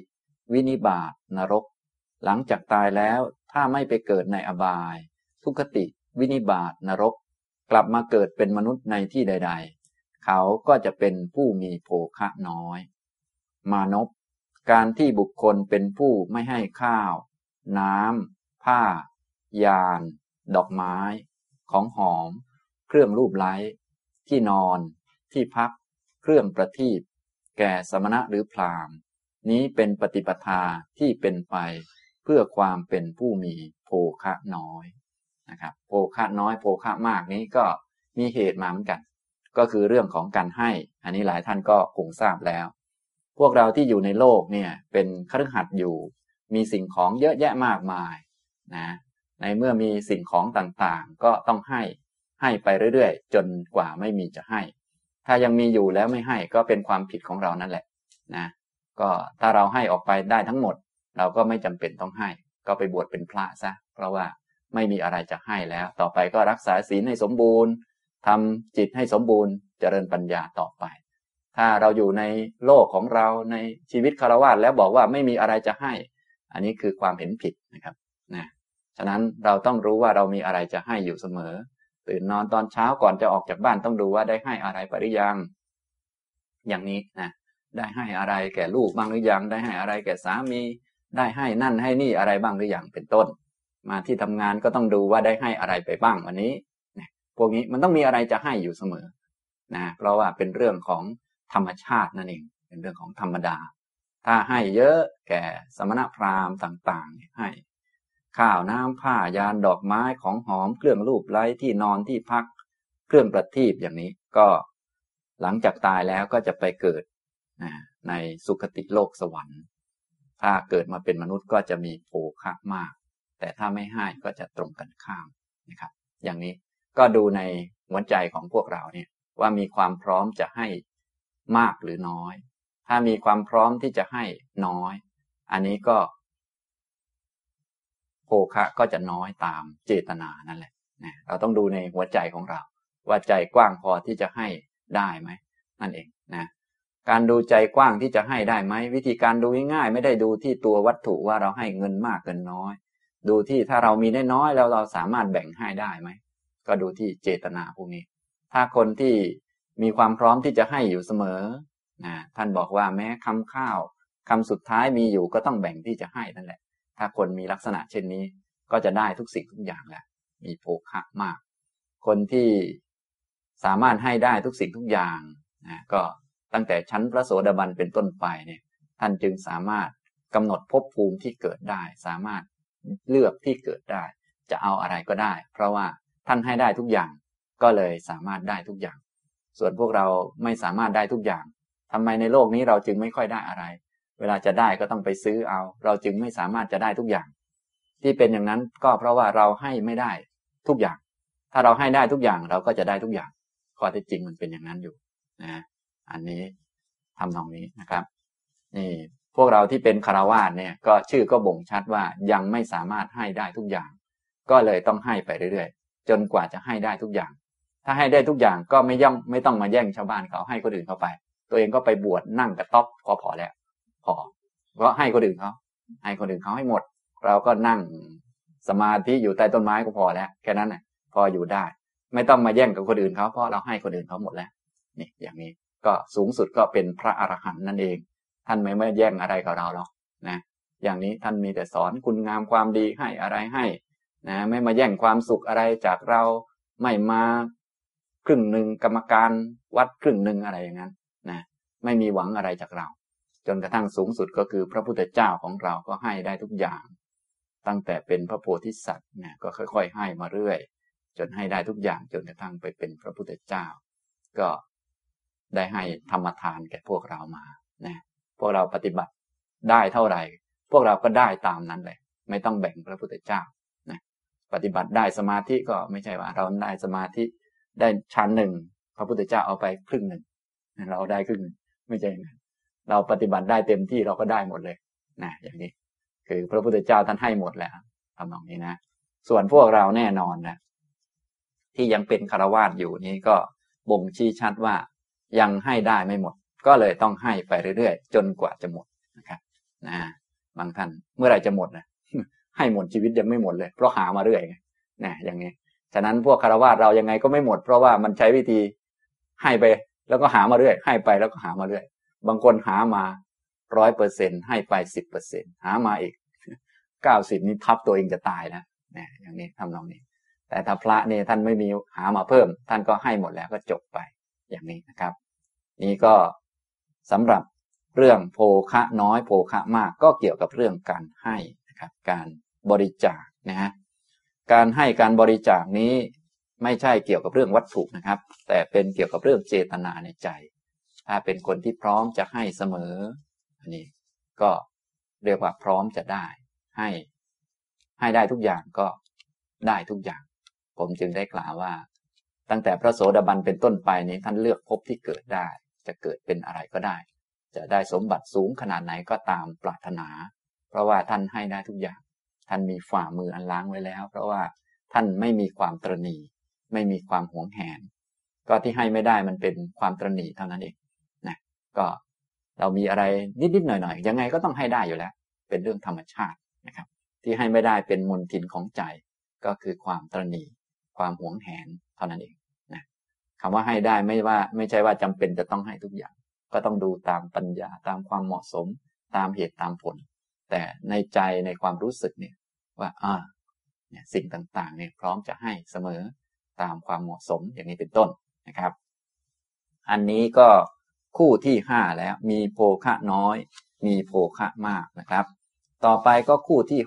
วินิบาตนรกหลังจากตายแล้วถ้าไม่ไปเกิดในอบายทุกขติวินิบาตนรกกลับมาเกิดเป็นมนุษย์ในที่ใดๆเขาก็จะเป็นผู้มีโภคะน้อยมานพการที่บุคคลเป็นผู้ไม่ให้ข้าวน้ำผ้ายานดอกไม้ของหอมเครื่องลูบไล้ที่นอนที่พักเครื่องประทีปแก่สมณะหรือพราหมณ์นี้เป็นปฏิปทาที่เป็นไปเพื่อความเป็นผู้มีโภคะน้อยนะครับโภคะน้อยโภคะมากนี้ก็มีเหตุมาเหมือนกันก็คือเรื่องของการให้อันนี้หลายท่านก็คงทราบแล้วพวกเราที่อยู่ในโลกเนี่ยเป็นคฤหัสถ์อยู่มีสิ่งของเยอะแยะมากมายนะในเมื่อมีสิ่งของต่างๆก็ต้องให้ไปเรื่อยๆจนกว่าไม่มีจะให้ถ้ายังมีอยู่แล้วไม่ให้ก็เป็นความผิดของเรานั่นแหละนะก็ถ้าเราให้ออกไปได้ทั้งหมดเราก็ไม่จำเป็นต้องให้ก็ไปบวชเป็นพระซะเพราะว่าไม่มีอะไรจะให้แล้วต่อไปก็รักษาศีลให้สมบูรณ์ทำจิตให้สมบูรณ์เจริญปัญญาต่อไปถ้าเราอยู่ในโลกของเราในชีวิตฆราวาสแล้วบอกว่าไม่มีอะไรจะให้อันนี้คือความเห็นผิดนะครับนะฉะนั้นเราต้องรู้ว่าเรามีอะไรจะให้อยู่เสมอตื่นนอนตอนเช้าก่อนจะออกจากบ้านต้องดูว่าได้ให้อะไรไปหรือยังอย่างนี้นะได้ให้อะไรแก่ลูกบ้างหรือยังได้ให้อะไรแก่สามีได้ให้นั่นให้นี่อะไรบ้างหรือยังเป็นต้นมาที่ทำงานก็ต้องดูว่าได้ให้อะไรไปบ้างวันนี้นะพวกนี้มันต้องมีอะไรจะให้อยู่เสมอนะเพราะว่าเป็นเรื่องของธรรมชาตินั่นเองเป็นเรื่องของธรรมดาถ้าให้เยอะแก่สมณพราหมณ์ต่างๆให้ข้าวน้ำผ้ายานดอกไม้ของหอมเครื่องลูบไล้ที่นอนที่พักเครื่องประทีปอย่างนี้ก็หลังจากตายแล้วก็จะไปเกิดในสุคติโลกสวรรค์ถ้าเกิดมาเป็นมนุษย์ก็จะมีโภคะมากแต่ถ้าไม่ให้ก็จะตรงกันข้ามนะครับอย่างนี้ก็ดูในหัวใจของพวกเราเนี่ยว่ามีความพร้อมจะให้มากหรือน้อยถ้ามีความพร้อมที่จะให้น้อยอันนี้ก็โภคะก็จะน้อยตามเจตนานั่นแหละนะเราต้องดูในหัวใจของเราว่าใจกว้างพอที่จะให้ได้ไหมนั่นเองนะการดูใจกว้างที่จะให้ได้ไหมวิธีการดูง่ายๆไม่ได้ดูที่ตัววัตถุว่าเราให้เงินมากเกินน้อยดูที่ถ้าเรามีได้น้อยแล้วเราสามารถแบ่งให้ได้ไหมก็ดูที่เจตนาพวกนี้ถ้าคนที่มีความพร้อมที่จะให้อยู่เสมอนะท่านบอกว่าแม้คำข้าวคำสุดท้ายมีอยู่ก็ต้องแบ่งที่จะให้นั่นแหละถ้าคนมีลักษณะเช่นนี้ก็จะได้ทุกสิ่งทุกอย่างแหละมีโภคะมากคนที่สามารถให้ได้ทุกสิ่งทุกอย่างนะก็ตั้งแต่ชั้นพระโสดาบันเป็นต้นไปเนี่ยท่านจึงสามารถกำหนดภพภูมิที่เกิดได้สามารถเลือกที่เกิดได้จะเอาอะไรก็ได้เพราะว่าท่านให้ได้ทุกอย่างก็เลยสามารถได้ทุกอย่างส่วนพวกเราไม่สามารถได้ทุกอย่างทำไมในโลกนี้เราจึงไม่ค่อยได้อะไรเวลาจะได้ก็ต้องไปซื้อเอาเราจึงไม่สามารถจะได้ทุกอย่างที่เป็นอย่างนั้นก็เพราะว่าเราให้ไม่ได้ทุกอย่างถ้าเราให้ได้ทุกอย่างเราก็จะได้ทุกอย่างข้อเท็จจริงมันเป็นอย่างนั้นอยู่นะอันนี้ทำตรงนี้นะครับนี่พวกเราที่เป็นฆราวาสเนี่ยก็ชื่อก็บ่งชัดว่ายังไม่สามารถให้ได้ทุกอย่างก็เลยต้องให้ไปเรื่อยๆจนกว่าจะให้ได้ทุกอย่างถ้าให้ได้ทุกอย่างก็ไม่ต้องมาแย่งชาวบ้านเขาให้คนอื่นเขาไปตัวเองก็ไปบวชนั่งกระต๊อบก็พอแล้วพอเพราะให้คนอื่นเขาให้คนอื่นเขาให้หมดเราก็นั่งสมาธิอยู่ใต้ต้นไม้ก็พอแล้วแค่นั้นแหละพออยู่ได้ไม่ต้องมาแย่งกับคนอื่นเขาเพราะเราให้คนอื่นเขาหมดแล้วนี่อย่างนี้ก็สูงสุดก็เป็นพระอรหันต์นั่นเองท่านไม่แย่งอะไรกับเราหรอกนะอย่างนี้ท่านมีแต่สอนคุณงามความดีให้อะไรให้นะไม่มาแย่งความสุขอะไรจากเราไม่มาครึ่งหนึ่งกรรมการวัดครึ่งหนึ่งอะไรอย่างนั้นนะไม่มีหวังอะไรจากเราจนกระทั่งสูงสุดก็คือพระพุทธเจ้าของเราก็ให้ได้ทุกอย่างตั้งแต่เป็นพระโพธิสัตว์เนี่ยก็ค่อยๆให้มาเรื่อยจนให้ได้ทุกอย่างจนกระทั่งไปเป็นพระพุทธเจ้าก็ได้ให้ธรรมทานแก่พวกเรามานะพวกเราปฏิบัติได้เท่าไหร่พวกเราก็ได้ตามนั้นเลยไม่ต้องแบ่งพระพุทธเจ้านะปฏิบัติได้สมาธิก็ไม่ใช่ว่าเราได้สมาธิได้ชั้นหนึ่งพระพุทธเจ้าเอาไปครึ่งหนึ่งเราได้ครึ่งหนึ่งไม่ใช่อย่างนั้นเราปฏิบัติได้เต็มที่เราก็ได้หมดเลยนะอย่างนี้คือพระพุทธเจ้าท่านให้หมดแล้วทำตรงนี้นะส่วนพวกเราแน่นอนนะที่ยังเป็นฆราวาสอยู่นี้ก็บ่งชี้ชัดว่ายังให้ได้ไม่หมดก็เลยต้องให้ไปเรื่อยๆจนกว่าจะหมดนะครับนะบางท่านเมื่อไหร่จะหมดนะ ให้หมดชีวิตยังไม่หมดเลยเพราะหามาเรื่อยไงนะอย่างนี้ฉะนั้นพวกคฤหัสถ์เรายังไงก็ไม่หมดเพราะว่ามันใช้วิธีให้ไปแล้วก็หามาเรื่อยให้ไปแล้วก็หามาเรื่อยบางคนหามา100%ให้ไป10%หามาอีก90นี่ทับตัวเองจะตายนะอย่างนี้ทำนองนี้แต่ถ้าพระเนี่ยท่านไม่มีหามาเพิ่มท่านก็ให้หมดแล้วก็จบไปอย่างนี้นะครับนี่ก็สำหรับเรื่องโภคะน้อยโภคะมากก็เกี่ยวกับเรื่องการให้นะครับการบริจาคนะฮะการให้การบริจาคนี้ไม่ใช่เกี่ยวกับเรื่องวัตถุนะครับแต่เป็นเกี่ยวกับเรื่องเจตนาในใจถ้าเป็นคนที่พร้อมจะให้เสมออันนี้ก็เรียกว่าพร้อมจะได้ให้ได้ทุกอย่างก็ได้ทุกอย่างผมจึงได้กล่าวว่าตั้งแต่พระโสดาบันเป็นต้นไปนี้ท่านเลือกภพที่เกิดได้จะเกิดเป็นอะไรก็ได้จะได้สมบัติสูงขนาดไหนก็ตามปรารถนาเพราะว่าท่านให้ได้ทุกอย่างท่านมีฝ่ามืออันล้างไว้แล้วเพราะว่าท่านไม่มีความตระหนี่ไม่มีความหวงแหนก็ที่ให้ไม่ได้มันเป็นความตระหนี่เท่านั้นเองนะก็เรามีอะไรนิดๆหน่อยๆยังไงก็ต้องให้ได้อยู่แล้วเป็นเรื่องธรรมชาตินะครับที่ให้ไม่ได้เป็นมลทินของใจก็คือความตระหนี่ความหวงแหนเท่านั้นเองนะคำว่าให้ได้ไม่ใช่ว่าจำเป็นจะต้องให้ทุกอย่างก็ต้องดูตามปัญญาตามความเหมาะสมตามเหตุตามผลแต่ในใจในความรู้สึกเนี่ยว่าเนี่ยสิ่งต่างๆเนี่ยพร้อมจะให้เสมอตามความเหมาะสมอย่างนี้เป็นต้นนะครับอันนี้ก็คู่ที่5แล้วมีโภคะน้อยมีโภคะมากนะครับต่อไปก็คู่ที่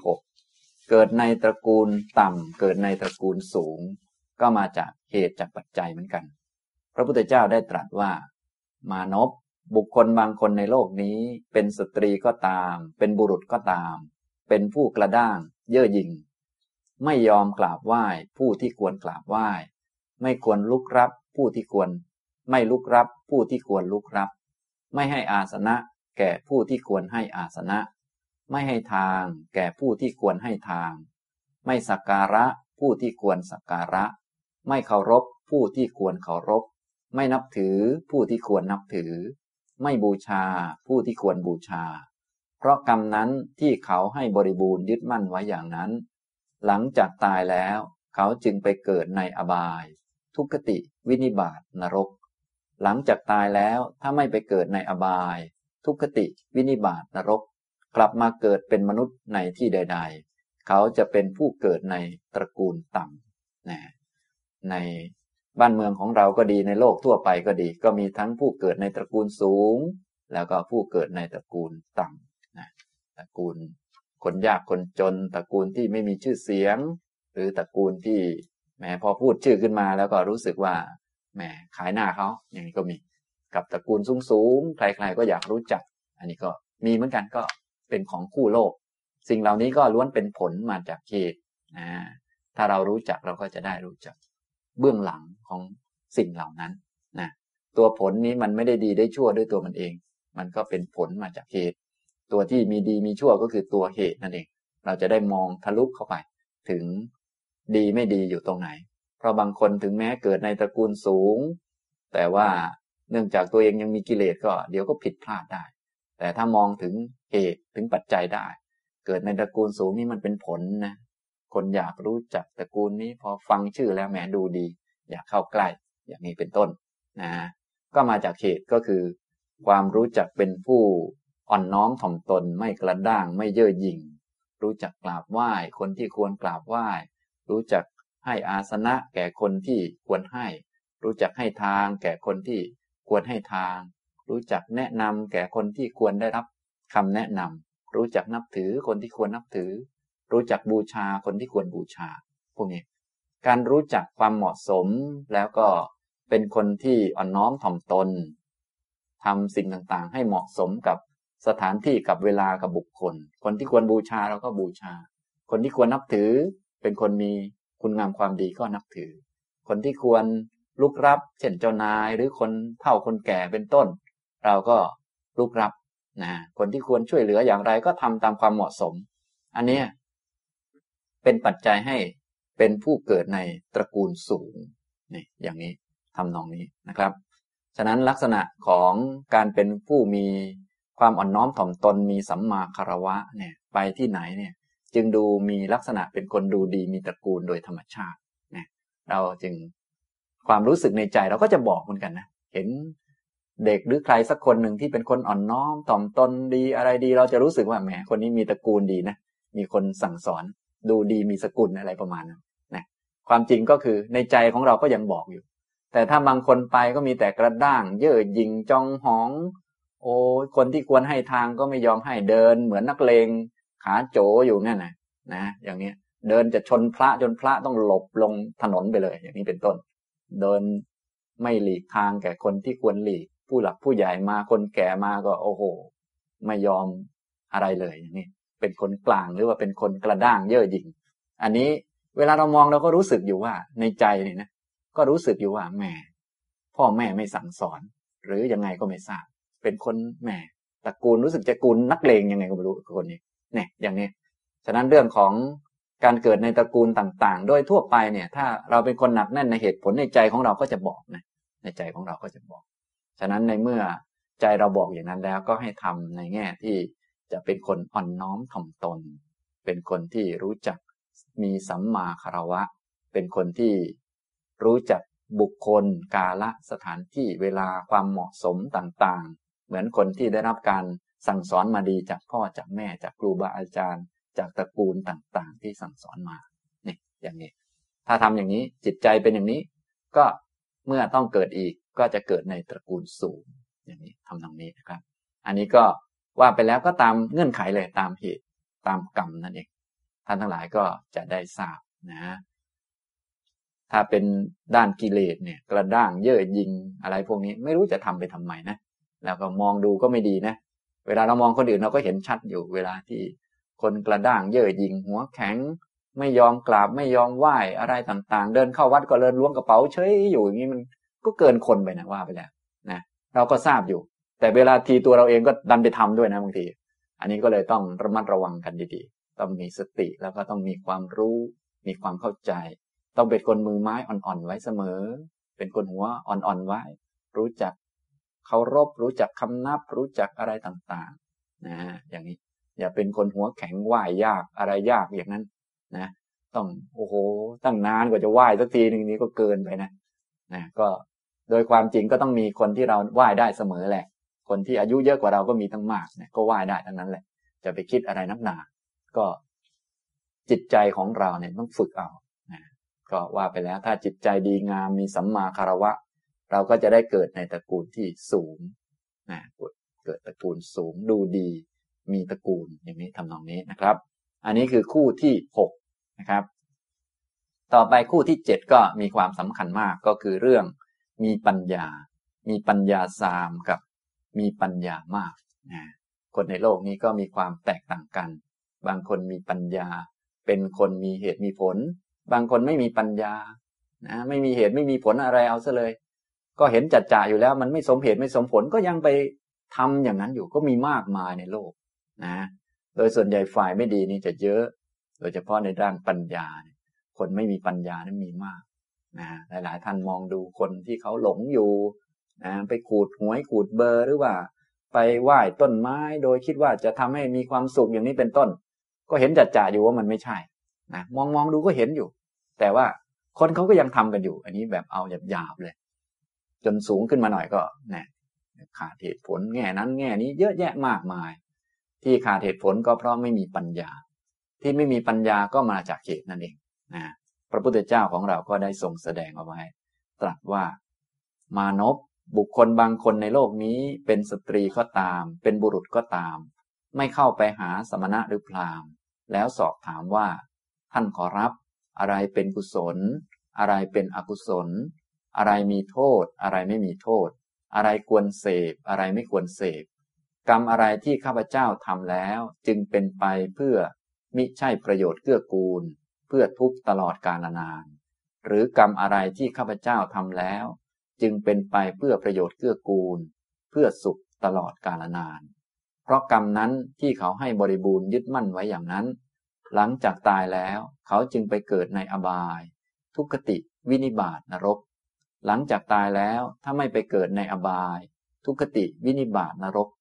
6เกิดในตระกูลต่ำเกิดในตระกูลสูงก็มาจากเหตุจากปัจจัยเหมือนกันพระพุทธเจ้าได้ตรัสว่ามานพบุคคลบางคนในโลกนี้เป็นสตรีก็ตามเป็นบุรุษก็ตามเป็นผู้กระด้างเย่อหยิ่งไม่ยอมกราบไหว้ผู้ที่ควรกราบไหว้ไม่ควรลุกรับผู้ที่ควรไม่ลุกรับผู้ที่ควรลุกรับไม่ให้อาสนะแก่ผู้ที่ควรให้อาสนะไม่ให้ทางแก่ผู้ที่ควรให้ทางไม่สักการะผู้ที่ควรสักการะไม่เคารพผู้ที่ควรเคารพไม่นับถือผู้ที่ควรนับถือไม่บูชาผู้ที่ควรบูชาเพราะกรรมนั้นที่เขาให้บริบูรณ์ยึดมั่นไว้อย่างนั้นหลังจากตายแล้วเขาจึงไปเกิดในอบายทุกขติวินิบาตนรกหลังจากตายแล้วถ้าไม่ไปเกิดในอบายทุกขติวินิบาตนรกกลับมาเกิดเป็นมนุษย์ในที่ใดๆเขาจะเป็นผู้เกิดในตระกูลต่ำนะในบ้านเมืองของเราก็ดีในโลกทั่วไปก็ดีก็มีทั้งผู้เกิดในตระกูลสูงแล้วก็ผู้เกิดในตระกูลต่ำนะตระกูลคนยากคนจนตระกูลที่ไม่มีชื่อเสียงหรือตระกูลที่แหมพอพูดชื่อขึ้นมาแล้วก็รู้สึกว่าแหมขายหน้าเขาอย่างนี้ก็มีกับตระกูลสูงๆใครๆก็อยากรู้จักอันนี้ก็มีเหมือนกันก็เป็นของคู่โลกสิ่งเหล่านี้ก็ล้วนเป็นผลมาจากเหตุถ้าเรารู้จักเราก็จะได้รู้จักเบื้องหลังของสิ่งเหล่านั้นนะตัวผลนี้มันไม่ได้ดีได้ชั่วด้วยตัวมันเองมันก็เป็นผลมาจากเหตุตัวที่มีดีมีชั่วก็คือตัวเหตุนั่นเองเราจะได้มองทะลุเข้าไปถึงดีไม่ดีอยู่ตรงไหนเพราะบางคนถึงแม้เกิดในตระกูลสูงแต่ว่าเนื่องจากตัวเองยังมีกิเลสก็เดี๋ยวก็ผิดพลาดได้แต่ถ้ามองถึงเหตุถึงปัจจัยได้เกิดในตระกูลสูงนี่มันเป็นผลนะคนอยากรู้จักตระกูลนี้พอฟังชื่อแล้วแหมดูดีอยากเข้าใกล้อย่างนี้เป็นต้นนะก็มาจากเหตุก็คือความรู้จักเป็นผู้อ่อนน้อมถ่อมตนไม่กระด้างไม่เย่อหยิ่งรู้จักกราบไหว้คนที่ควรกราบไหว้รู้จักให้อาสนะแก่คนที่ควรให้รู้จักให้ทางแก่คนที่ควรให้ทางรู้จักแนะนำแก่คนที่ควรได้รับคำแนะนำรู้จักนับถือคนที่ควรนับถือรู้จักบูชาคนที่ควรบูชาพวกนี้การรู้จักความเหมาะสมแล้วก็เป็นคนที่อ่อนน้อมถ่อมตนทำสิ่งต่างๆให้เหมาะสมกับสถานที่กับเวลากับบุคคลคนที่ควรบูชาเราก็บูชาคนที่ควรนับถือเป็นคนมีคุณงามความดีก็นับถือคนที่ควรลุกรับเช่นเจ้านายหรือคนเฒ่าคนแก่เป็นต้นเราก็ลุกรับนะคนที่ควรช่วยเหลืออย่างไรก็ทำตามความเหมาะสมอันนี้เป็นปัจจัยให้เป็นผู้เกิดในตระกูลสูงนี่อย่างนี้ทำนองนี้นะครับฉะนั้นลักษณะของการเป็นผู้มีความอ่อนน้อมถ่อมตนมีสัมมาคารวะเนี่ยไปที่ไหนเนี่ยจึงดูมีลักษณะเป็นคนดูดีมีตระกูลโดยธรรมชาติเนี่ยเราจึงความรู้สึกในใจเราก็จะบอกเหมือนกันนะเห็นเด็กหรือใครสักคนหนึ่งที่เป็นคนอ่อนน้อมถ่อมตนดีอะไรดีเราจะรู้สึกว่าแหมคนนี้มีตระกูลดีนะมีคนสั่งสอนดูดีมีสกุลอะไรประมาณนั้นนะความจริงก็คือในใจของเราก็ยังบอกอยู่แต่ถ้าบางคนไปก็มีแต่กระด้างเย่อหยิ่งจองหองโอ้คนที่ควรให้ทางก็ไม่ยอมให้เดินเหมือนนักเลงขาโจอยู่นั่นนะอย่างนี้เดินจะชนพระจนพระต้องหลบลงถนนไปเลยอย่างนี้เป็นต้นเดินไม่หลีกทางแก่คนที่ควรหลีกผู้หลักผู้ใหญ่มาคนแก่มาก็โอ้โหไม่ยอมอะไรเลยอย่างนี้เป็นคนกลางหรือว่าเป็นคนกระด้างเย่อหยิ่งอันนี้เวลาเรามองเราก็รู้สึกอยู่ว่าในใจนี่นะก็รู้สึกอยู่ว่าแม่พ่อแม่ไม่สั่งสอนหรือยังไงก็ไม่ทราบเป็นคนแม่ตระกูลรู้สึกจะกูลนักเลงยังไงก็ไม่รู้คนนี้เนี่ยอย่างนี้ฉะนั้นเรื่องของการเกิดในตระกูลต่างๆโดยทั่วไปเนี่ยถ้าเราเป็นคนหนักแน่นในเหตุผลในใจของเราก็จะบอกนะในใจของเราก็จะบอกฉะนั้นในเมื่อใจเราบอกอย่างนั้นแล้วก็ให้ทำในแง่ที่จะเป็นคนอ่อนน้อมถ่อมตนเป็นคนที่รู้จักมีสัมมาคารวะเป็นคนที่รู้จักบุคคลกาลสถานที่เวลาความเหมาะสมต่างๆเหมือนคนที่ได้รับการสั่งสอนมาดีจากพ่อจากแม่จากครูบาอาจารย์จากตระกูลต่างๆที่สั่งสอนมานี่อย่างนี้ถ้าทำอย่างนี้จิตใจเป็นอย่างนี้ก็เมื่อต้องเกิดอีกก็จะเกิดในตระกูลสูงอย่างนี้ทำตรงนี้นะครับอันนี้ก็ว่าไปแล้วก็ตามเงื่อนไขเลยตามเหตุตามกรรมนั่นเองท่านทั้งหลายก็จะได้ทราบนะถ้าเป็นด้านกิเลสเนี่ยกระด้างเย่อหยิ่งอะไรพวกนี้ไม่รู้จะทำไปทำไมนะแล้วก็มองดูก็ไม่ดีนะเวลาเรามองคนอื่นเราก็เห็นชัดอยู่เวลาที่คนกระด้างเย่อหยิ่งหัวแข็งไม่ยอมกราบไม่ยอมไหว้อะไรต่างๆเดินเข้าวัดก็เดินล้วงกระเป๋าเฉยอยู่อย่างนี้มันก็เกินคนไปนะว่าไปแล้วนะเราก็ทราบอยู่แต่เวลาทีตัวเราเองก็ดันไปทำด้วยนะบางทีอันนี้ก็เลยต้องระมัดระวังกันดีๆต้องมีสติแล้วก็ต้องมีความรู้มีความเข้าใจต้องเป็นคนมือไม้อ่อนๆไว้เสมอเป็นคนหัวอ่อนๆไว้รู้จักเคารพรู้จักคำนับรู้จักอะไรต่างๆนะอย่างนี้อย่าเป็นคนหัวแข็งไหว้ยากอะไรยากอย่างนั้นนะต้องโอ้โหตั้งนานกว่าจะไหว้สักทีนึงนี้ก็เกินไปนะก็โดยความจริงก็ต้องมีคนที่เราไหว้ได้เสมอแหละคนที่อายุเยอะกว่าเราก็มีตั้งมากนะก็ไหว้ได้ทั้งนั้นแหละจะไปคิดอะไรนักหนาก็จิตใจของเราเนี่ยต้องฝึกเอาก็ว่าไปแล้วถ้าจิตใจดีงามมีสัมมาคารวะเราก็จะได้เกิดในตระกูลที่สูงเกิดตระกูลสูงดูดีมีตระกูลอย่างนี้ทำนองนี้นะครับอันนี้คือคู่ที่6นะครับต่อไปคู่ที่7ก็มีความสำคัญมากก็คือเรื่องมีปัญญาสามกับมีปัญญามากคนในโลกนี้ก็มีความแตกต่างกันบางคนมีปัญญาเป็นคนมีเหตุมีผลบางคนไม่มีปัญญาไม่มีเหตุไม่มีผลอะไรเอาซะเลยก็เห็นจัดจ่าอยู่แล้วมันไม่สมเหตุไม่สมผลก็ยังไปทำอย่างนั้นอยู่ก็มีมากมายในโลกโดยส่วนใหญ่ฝ่ายไม่ดีนี่จะเยอะโดยเฉพาะในด้านปัญญาคนไม่มีปัญญานี่มีมากหลายๆท่านมองดูคนที่เขาหลงอยู่ไปขูดหวยขูดเบอร์หรือว่าไปไหว้ต้นไม้โดยคิดว่าจะทำให้มีความสุขอย่างนี้เป็นต้นก็เห็นจัดจ่าอยู่ว่ามันไม่ใช่มองดูก็เห็นอยู่แต่ว่าคนเขาก็ยังทำกันอยู่อันนี้แบบเอาหยาบๆเลยจนสูงขึ้นมาหน่อยก็ขาดเหตุผลแง่นั้นแง่นี้เยอะแยะมากมายที่ขาดเหตุผลก็เพราะไม่มีปัญญาที่ไม่มีปัญญาก็มาจากเหตุนั่นเองพระพุทธเจ้าของเราก็ได้ทรงแสดงเอาไว้ตรัสว่ามานพบุคคลบางคนในโลกนี้เป็นสตรีก็ตามเป็นบุรุษก็ตามไม่เข้าไปหาสมณะหรือพราหมณ์แล้วสอบถามว่าท่านขอรับอะไรเป็นกุศลอะไรเป็นอกุศลอะไรมีโทษอะไรไม่มีโทษอะไรควรเสพอะไรไม่ควรเสพกรรมอะไรที่ข้าพเจ้าทำแล้วจึงเป็นไปเพื่อมิใช่ประโยชน์เกื้อกูลเพื่อทุกข์ตลอดกาลนานหรือกรรมอะไรที่ข้าพเจ้าทำแล้วจึงเป็นไปเพื่อประโยชน์เกื้อกูลเพื่อสุขตลอดกาลนานเพราะกรรมนั้นที่เขาให้บริบูรณ์ยึดมั่นไว้อย่างนั้นหลังจากตายแล้วเขาจึงไปเกิดในอบายทุกขติวินิบาตนรกหลังจากตายแล้วถ้าไม่ไปเกิดในอบายทุกขติวินิบาตนรก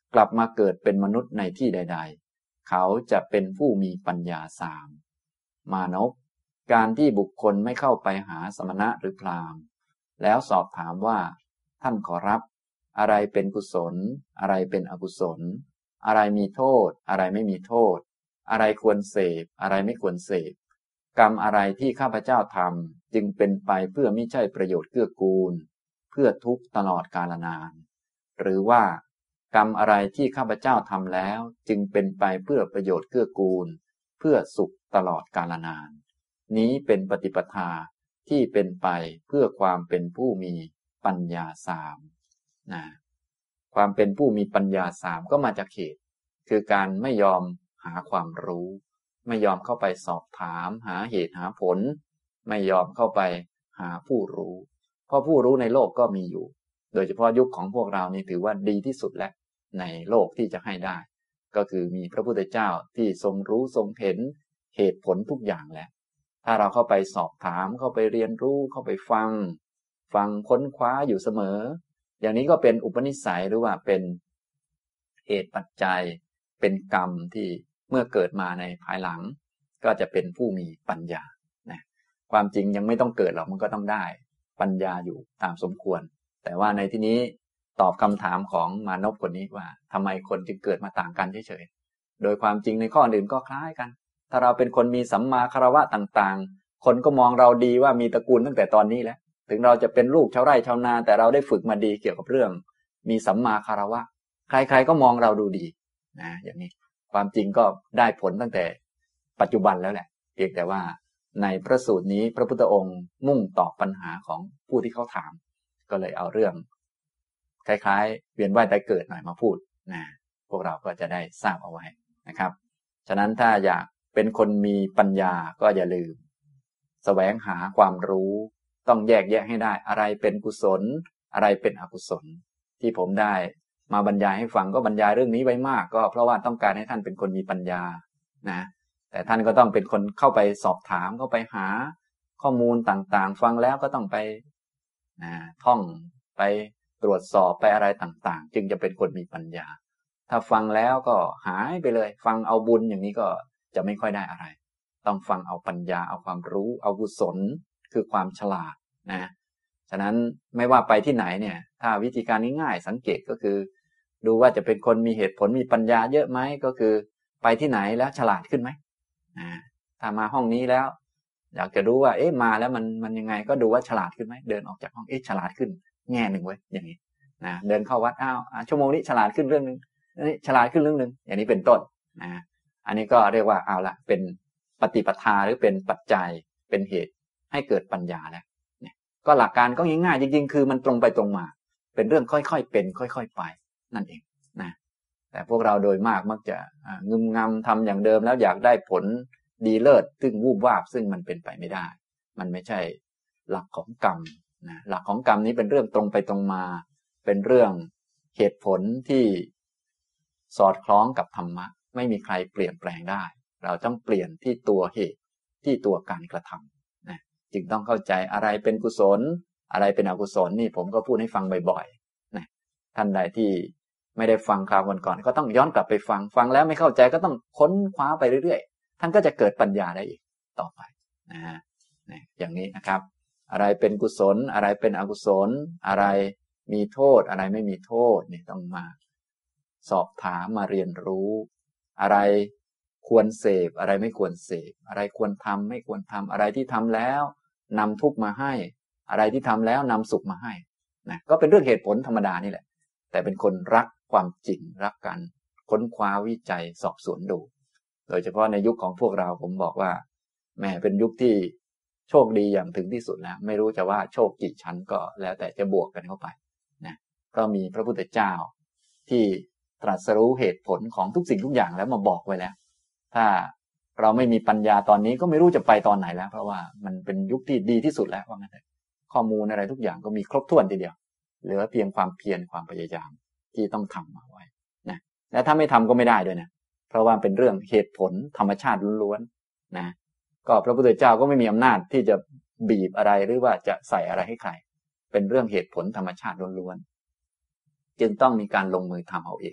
กลับมาเกิดเป็นมนุษย์ในที่ใดๆเขาจะเป็นผู้มีปัญญาสามมานพการที่บุคคลไม่เข้าไปหาสมณะหรือพราหมณ์แล้วสอบถามว่าท่านขอรับอะไรเป็นกุศลอะไรเป็นอกุศลอะไรมีโทษอะไรไม่มีโทษอะไรควรเสพอะไรไม่ควรเสพกรรมอะไรที่ข้าพเจ้าทำจึงเป็นไปเพื่อมิใช่ประโยชน์เกื้อกูลเพื่อทุกข์ตลอดกาลนานหรือว่ากรรมอะไรที่ข้าพเจ้าทำแล้วจึงเป็นไปเพื่อประโยชน์เกื้อกูลเพื่อสุขตลอดกาลนานนี้เป็นปฏิปทาที่เป็นไปเพื่อความเป็นผู้มีปัญญาสามนะความเป็นผู้มีปัญญาสามก็มาจากเหตุคือการไม่ยอมหาความรู้ไม่ยอมเข้าไปสอบถามหาเหตุหาผลไม่ยอมเข้าไปหาผู้รู้เพราะผู้รู้ในโลกก็มีอยู่โดยเฉพาะยุคของพวกเรานี่ถือว่าดีที่สุดแล้วในโลกที่จะให้ได้ก็คือมีพระพุทธเจ้าที่ทรงรู้ทรงเห็นเหตุผลทุกอย่างแล้วถ้าเราเข้าไปสอบถามเข้าไปเรียนรู้เข้าไปฟังค้นคว้าอยู่เสมออย่างนี้ก็เป็นอุปนิสัยหรือว่าเป็นเหตุปัจจัยเป็นกรรมที่เมื่อเกิดมาในภายหลังก็จะเป็นผู้มีปัญญานะความจริงยังไม่ต้องเกิดหรอกมันก็ต้องได้ปัญญาอยู่ตามสมควรแต่ว่าในที่นี้ตอบคำถามของมานพคนนี้ว่าทำไมคนจึงเกิดมาต่างกันเฉยๆโดยความจริงในข้ออื่นก็คล้ายกันถ้าเราเป็นคนมีสัมมาคารวะต่างๆคนก็มองเราดีว่ามีตระกูลตั้งแต่ตอนนี้แล้วถึงเราจะเป็นลูกชาวไร่ชาวนาแต่เราได้ฝึกมาดีเกี่ยวกับเรื่องมีสัมมาคารวะใครๆก็มองเราดูดีนะอย่างนี้ความจริงก็ได้ผลตั้งแต่ปัจจุบันแล้วแหละเพียงแต่ว่าในพระสูตรนี้พระพุทธองค์มุ่งตอบปัญหาของผู้ที่เขาถามก็เลยเอาเรื่องคล้ายๆเวียนว่ายตายเกิดหน่อยมาพูดนะพวกเราก็จะได้ทราบเอาไว้นะครับฉะนั้นถ้าอยากเป็นคนมีปัญญาก็อย่าลืมแสวงหาความรู้ต้องแยกแยะให้ได้อะไรเป็นกุศลอะไรเป็นอกุศลที่ผมได้มาบรรยายให้ฟังก็บรรยายเรื่องนี้ไว้มากก็เพราะว่าต้องการให้ท่านเป็นคนมีปัญญานะแต่ท่านก็ต้องเป็นคนเข้าไปสอบถามเข้าไปหาข้อมูลต่างๆฟังแล้วก็ต้องไปท่องไปตรวจสอบไปอะไรต่างๆจึงจะเป็นคนมีปัญญาถ้าฟังแล้วก็หายไปเลยฟังเอาบุญอย่างนี้ก็จะไม่ค่อยได้อะไรต้องฟังเอาปัญญาเอาความรู้เอากุศลคือความฉลาดนะฉะนั้นไม่ว่าไปที่ไหนเนี่ยถ้าวิธีการง่ายๆสังเกตก็คือดูว่าจะเป็นคนมีเหตุผลมีปัญญาเยอะไหมก็คือไปที่ไหนแล้วฉลาดขึ้นไหมถ้ามาห้องนี้แล้วอยากจะรู้ว่ามาแล้วมันยังไงก็ดูว่าฉลาดขึ้นไหมเดินออกจากห้องฉลาดขึ้นแง่หนึ่งไว้อย่างนี้นะเดินเข้าวัดชั่วโมงนี้ฉลาดขึ้นเรื่องนึงนี่ฉลาดขึ้นเรื่องนึงอย่างนี้เป็นต้นนะอันนี้ก็เรียกว่าเอาละเป็นปฏิปทาหรือเป็นปัจจัยเป็นเหตุให้เกิดปัญญาแล้วเนี่ยก็หลักการก็ง่ายๆจริงๆคือมันตรงไปตรงมาเป็นเรื่องค่อยๆเป็นค่อยๆไปนั่นเองนะแต่พวกเราโดยมากมักจะงึมงำทำอย่างเดิมแล้วอยากได้ผลดีเลิศซึ่งวูบวาบซึ่งมันเป็นไปไม่ได้มันไม่ใช่หลักของกรรมนะหลักของกรรมนี้เป็นเรื่องตรงไปตรงมาเป็นเรื่องเหตุผลที่สอดคล้องกับธรรมะไม่มีใครเปลี่ยนแปลงได้เราต้องเปลี่ยนที่ตัวเหตุที่ตัวการกระทำนะจึงต้องเข้าใจอะไรเป็นกุศลอะไรเป็นอกุศลนี่ผมก็พูดให้ฟังบ่อยๆนะท่านใดที่ไม่ได้ฟังคราวก่อนๆก็ต้องย้อนกลับไปฟังแล้วไม่เข้าใจก็ต้องค้นคว้าไปเรื่อยๆท่านก็จะเกิดปัญญาได้อีกต่อไปนะอย่างนี้นะครับอะไรเป็นกุศลอะไรเป็นอกุศลอะไรมีโทษอะไรไม่มีโทษนี่ต้องมาสอบถามมาเรียนรู้อะไรควรเสพอะไรไม่ควรเสพอะไรควรทำไม่ควรทำอะไรที่ทำแล้วนำทุกข์มาให้อะไรที่ทำแล้วนำสุขมาให้นะก็เป็นเรื่องเหตุผลธรรมดานี่แหละแต่เป็นคนรักความจริงรักกันค้นคว้าวิจัยสอบสวนดูโดยเฉพาะในยุคของพวกเราผมบอกว่าแหมเป็นยุคที่โชคดีอย่างถึงที่สุดแล้วไม่รู้จะว่าโชคกี่ชั้นก็แล้วแต่จะบวกกันเข้าไปนะก็มีพระพุทธเจ้าที่ตรัสรู้เหตุผลของทุกสิ่งทุกอย่างแล้วมาบอกไว้แล้วถ้าเราไม่มีปัญญาตอนนี้ก็ไม่รู้จะไปตอนไหนแล้วเพราะว่ามันเป็นยุคที่ดีที่สุดแล้วว่างั้นเลยข้อมูลอะไรทุกอย่างก็มีครบถ้วนทีเดียวเหลือเพียงความเพียรความพยายามที่ต้องทำมาไว้นะและถ้าไม่ทำก็ไม่ได้ด้วยนะเพราะว่าเป็นเรื่องเหตุผลธรรมชาติล้วนๆนะก็พระพุทธเจ้าก็ไม่มีอำนาจที่จะบีบอะไรหรือว่าจะใส่อะไรให้ใครเป็นเรื่องเหตุผลธรรมชาติล้วนๆจึงต้องมีการลงมือทำเอาเอง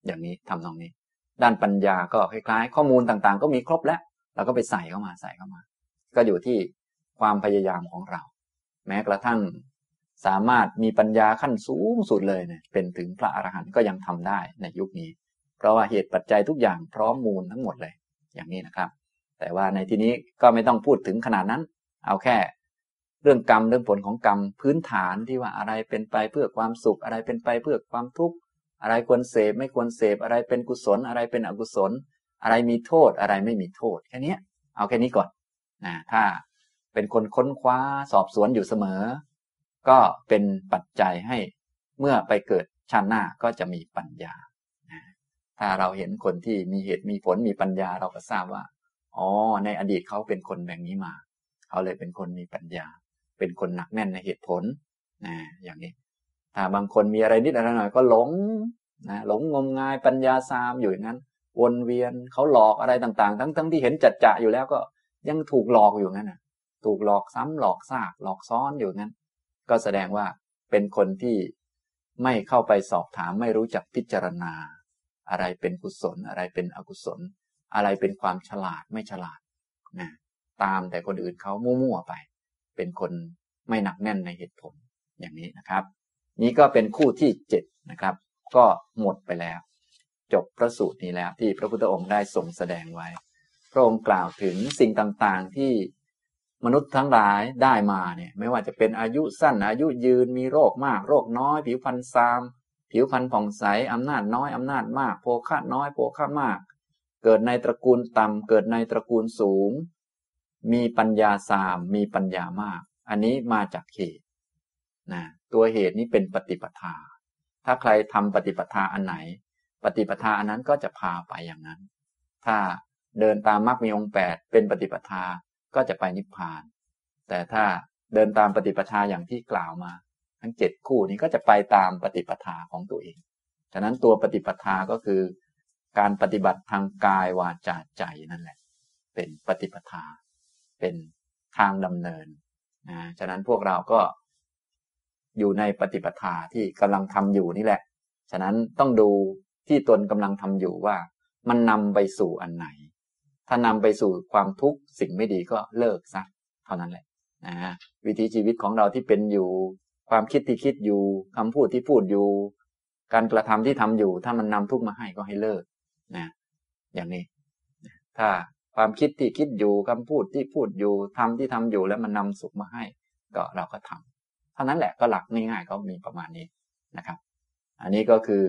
อย่างนี้ทำตรงนี้ด้านปัญญาก็คล้ายๆข้อมูลต่างๆก็มีครบแล้วเราก็ไปใส่เข้ามาก็อยู่ที่ความพยายามของเราแม้กระทั่งสามารถมีปัญญาขั้นสูงสุดเลยเนี่ยเป็นถึงพระอรหันต์ก็ยังทำได้ในยุคนี้เพราะว่าเหตุปัจจัยทุกอย่างพร้อมมูลทั้งหมดเลยอย่างนี้นะครับแต่ว่าในที่นี้ก็ไม่ต้องพูดถึงขนาดนั้นเอาแค่เรื่องกรรมเรื่องผลของกรรมพื้นฐานที่ว่าอะไรเป็นไปเพื่อความสุขอะไรเป็นไปเพื่อความทุกข์อะไรควรเสพไม่ควรเสพอะไรเป็นกุศลอะไรเป็นอกุศลอะไรมีโทษอะไรไม่มีโทษแค่นี้เอาแค่นี้ก่อนนะถ้าเป็นคนค้นคว้าสอบสวนอยู่เสมอก็เป็นปัจจัยให้เมื่อไปเกิดชาติหน้าก็จะมีปัญญาถ้าเราเห็นคนที่มีเหตุมีผลมีปัญญาเราก็ทราบว่าอ๋อในอดีตเขาเป็นคนแบบนี้มาเขาเลยเป็นคนมีปัญญาเป็นคนหนักแน่นในเหตุผลนะอย่างนี้ถ้าบางคนมีอะไรนิดอะไรหน่อยก็หลงหลงงมงายปัญญาซามอยู่อย่างนั้นวนเวียนเขาหลอกอะไรต่างๆทั้งที่เห็นจัดจะอยู่แล้วก็ยังถูกหลอกอยู่งั้นถูกหลอกซ้ำหลอกซากหลอกซ้อนอยู่งั้นก็แสดงว่าเป็นคนที่ไม่เข้าไปสอบถามไม่รู้จักพิจารณาอะไรเป็นกุศลอะไรเป็นอกุศลอะไรเป็นความฉลาดไม่ฉลาดนะตามแต่คนอื่นเขามั่วๆไปเป็นคนไม่หนักแน่นในเหตุผลอย่างนี้นะครับนี้ก็เป็นคู่ที่7นะครับก็หมดไปแล้วจบพระสูตรนี้แล้วที่พระพุทธองค์ได้ทรงแสดงไว้พระองค์กล่าวถึงสิ่งต่างๆที่มนุษย์ทั้งหลายได้มาเนี่ยไม่ว่าจะเป็นอายุสั้นอายุยืนมีโรคมากโรคน้อยผิวพรรณซามผิวพรรณผ่องใสอำนาจน้อยอำนาจมากโภคะน้อยโภคะมากเกิดในตระกูลต่ำเกิดในตระกูลสูงมีปัญญาซามมีปัญญามากอันนี้มาจากเหตุนะตัวเหตุนี้เป็นปฏิปทาถ้าใครทำปฏิปทาอันไหนปฏิปทาอันนั้นก็จะพาไปอย่างนั้นถ้าเดินตามมรรคมีองค์8เป็นปฏิปทาก็จะไปนิพพานแต่ถ้าเดินตามปฏิปทาอย่างที่กล่าวมาทั้ง7คู่นี้ก็จะไปตามปฏิปทาของตัวเองฉะนั้นตัวปฏิปทาก็คือการปฏิบัติทางกายวาจาใจนั่นแหละเป็นปฏิปทาเป็นทางดำเนินฉะนั้นพวกเราก็อยู่ในปฏิปทาที่กำลังทำอยู่นี่แหละฉะนั้นต้องดูที่ตนกำลังทำอยู่ว่ามันนำไปสู่อันไหนถ้านำไปสู่ความทุกข์สิ่งไม่ดีก็เลิกซะเท่านั้นแหละวิถีชีวิตของเราที่เป็นอยู่ความคิดที่คิดอยู่คำพูดที่พูดอยู่การกระทำที่ทำอยู่ถ้ามันนำทุกข์มาให้ก็ให้เลิกอย่างนี้ถ้าความคิดที่คิดอยู่คำพูดที่พูดอยู่ทำที่ทำอยู่แล้วมันนำสุขมาให้ก็เราก็ทำเท่านั้นแหละก็หลักง่ายๆก็มีประมาณนี้นะครับอันนี้ก็คือ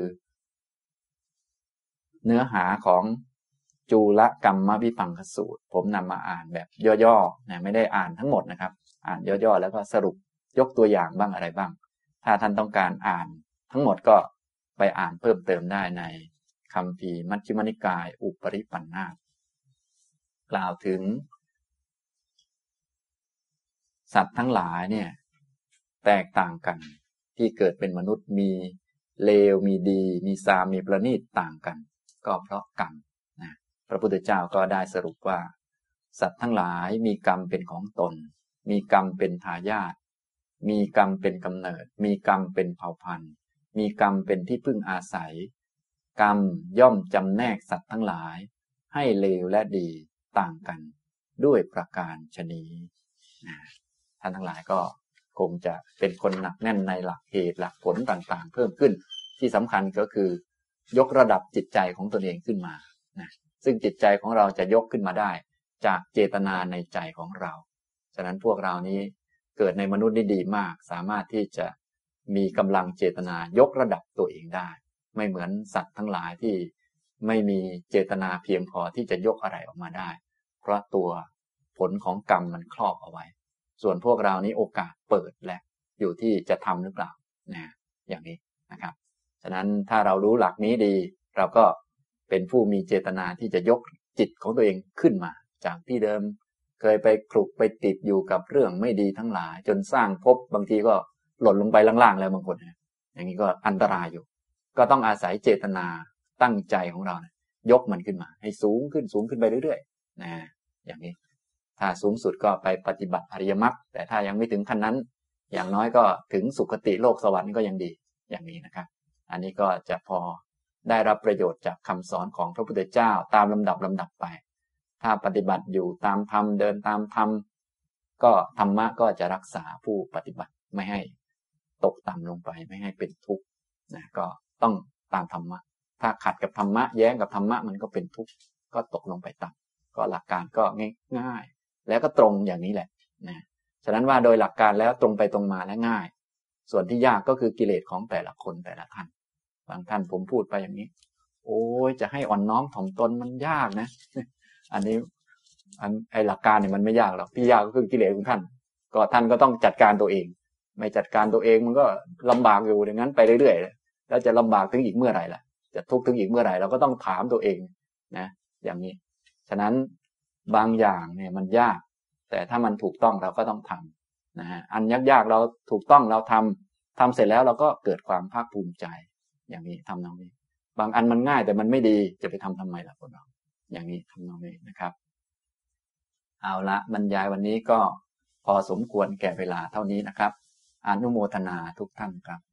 เนื้อหาของจูลกรรมวิปังคสูตรผมนำมาอ่านแบบย่อๆไม่ได้อ่านทั้งหมดนะครับอ่านย่อๆแล้วก็สรุปยกตัวอย่างบ้างอะไรบ้างถ้าท่านต้องการอ่านทั้งหมดก็ไปอ่านเพิ่มเติมได้ในคัมภีร์มัชฌิมนิกายอุปริปันธาสกล่าวถึงสัตว์ทั้งหลายเนี่ยแตกต่างกันที่เกิดเป็นมนุษย์มีเลวมีดีมีทรามมีประณีตต่างกันก็เพราะกรรมพระพุทธเจ้าก็ได้สรุปว่าสัตว์ทั้งหลายมีกรรมเป็นของตนมีกรรมเป็นทายาทมีกรรมเป็นกำเนิดมีกรรมเป็นเผ่าพันธุ์มีกรรมเป็นที่พึ่งอาศัยกรรมย่อมจำแนกสัตว์ทั้งหลายให้เลวและดีต่างกันด้วยประการฉะนี้ท่านทั้งหลายก็คงจะเป็นคนหนักแน่นในหลักเหตุหลักผลต่างๆเพิ่มขึ้นที่สำคัญก็คือยกระดับจิตใจของตนเองขึ้นมาซึ่งจิตใจของเราจะยกขึ้นมาได้จากเจตนาในใจของเราฉะนั้นพวกเรานี้เกิดในมนุษย์ได้ดีมากสามารถที่จะมีกำลังเจตนายกระดับตัวเองได้ไม่เหมือนสัตว์ทั้งหลายที่ไม่มีเจตนาเพียงพอที่จะยกอะไรออกมาได้เพราะตัวผลของกรรมมันครอบเอาไว้ส่วนพวกเรานี้โอกาสเปิดและอยู่ที่จะทำหรือเปล่าอย่างนี้นะครับฉะนั้นถ้าเรารู้หลักนี้ดีเราก็เป็นผู้มีเจตนาที่จะยกจิตของตัวเองขึ้นมาจากที่เดิมเคยไปคลุกไปติดอยู่กับเรื่องไม่ดีทั้งหลายจนสร้างภพบางทีก็หล่นลงไปล่างๆแล้วบางคนอย่างนี้ก็อันตรายอยู่ก็ต้องอาศัยเจตนาตั้งใจของเรายกมันขึ้นมาให้สูงขึ้นไปเรื่อยๆอย่างนี้ถ้าสูงสุดก็ไปปฏิบัติอริยมรรคแต่ถ้ายังไม่ถึงขั้นนั้นอย่างน้อยก็ถึงสุคติโลกสวรรค์ก็ยังดีอย่างนี้นะครับอันนี้ก็จะพอได้รับประโยชน์จากคำสอนของพระพุทธเจ้าตามลำดับไปถ้าปฏิบัติอยู่ตามธรรมเดินตามธรรมก็ธรรมะก็จะรักษาผู้ปฏิบัติไม่ให้ตกต่ำลงไปไม่ให้เป็นทุกข์นะก็ต้องตามธรรมะถ้าขัดกับธรรมะแย้งกับธรรมะมันก็เป็นทุกข์ก็ตกลงไปต่ำก็หลักการก็ง่ายๆแล้วก็ตรงอย่างนี้แหละนะฉะนั้นว่าโดยหลักการแล้วตรงไปตรงมาและง่ายส่วนที่ยากก็คือกิเลสของแต่ละคนแต่ละท่านบางท่านผมพูดไปอย่างนี้โอ้ยจะให้อ่อนน้อมถ่อมตนมันยากนะอันนี้ไอหลักการเนี่ยมันไม่ยากหรอกที่ยากก็คือกิเลสของท่านก็ท่านก็ต้องจัดการตัวเองไม่จัดการตัวเองมันก็ลำบากอยู่อย่างนั้นไปเรื่อยๆแล้วจะลำบากถึงอีกเมื่อไหร่ล่ะจะทุกข์ถึงอีกเมื่อไหร่เราก็ต้องถามตัวเองนะอย่างนี้ฉะนั้นบางอย่างเนี่ยมันยากแต่ถ้ามันถูกต้องเราก็ต้องทำนะฮะอันยากๆเราถูกต้องเราทำเสร็จแล้วเราก็เกิดความภาคภูมิใจอย่างนี้ทำนองนี้บางอันมันง่ายแต่มันไม่ดีจะไปทำไมล่ะพวกเราอย่างนี้ทำนองนี้นะครับเอาละบรรยายวันนี้ก็พอสมควรแก่เวลาเท่านี้นะครับอนุโมทนาทุกท่านครับ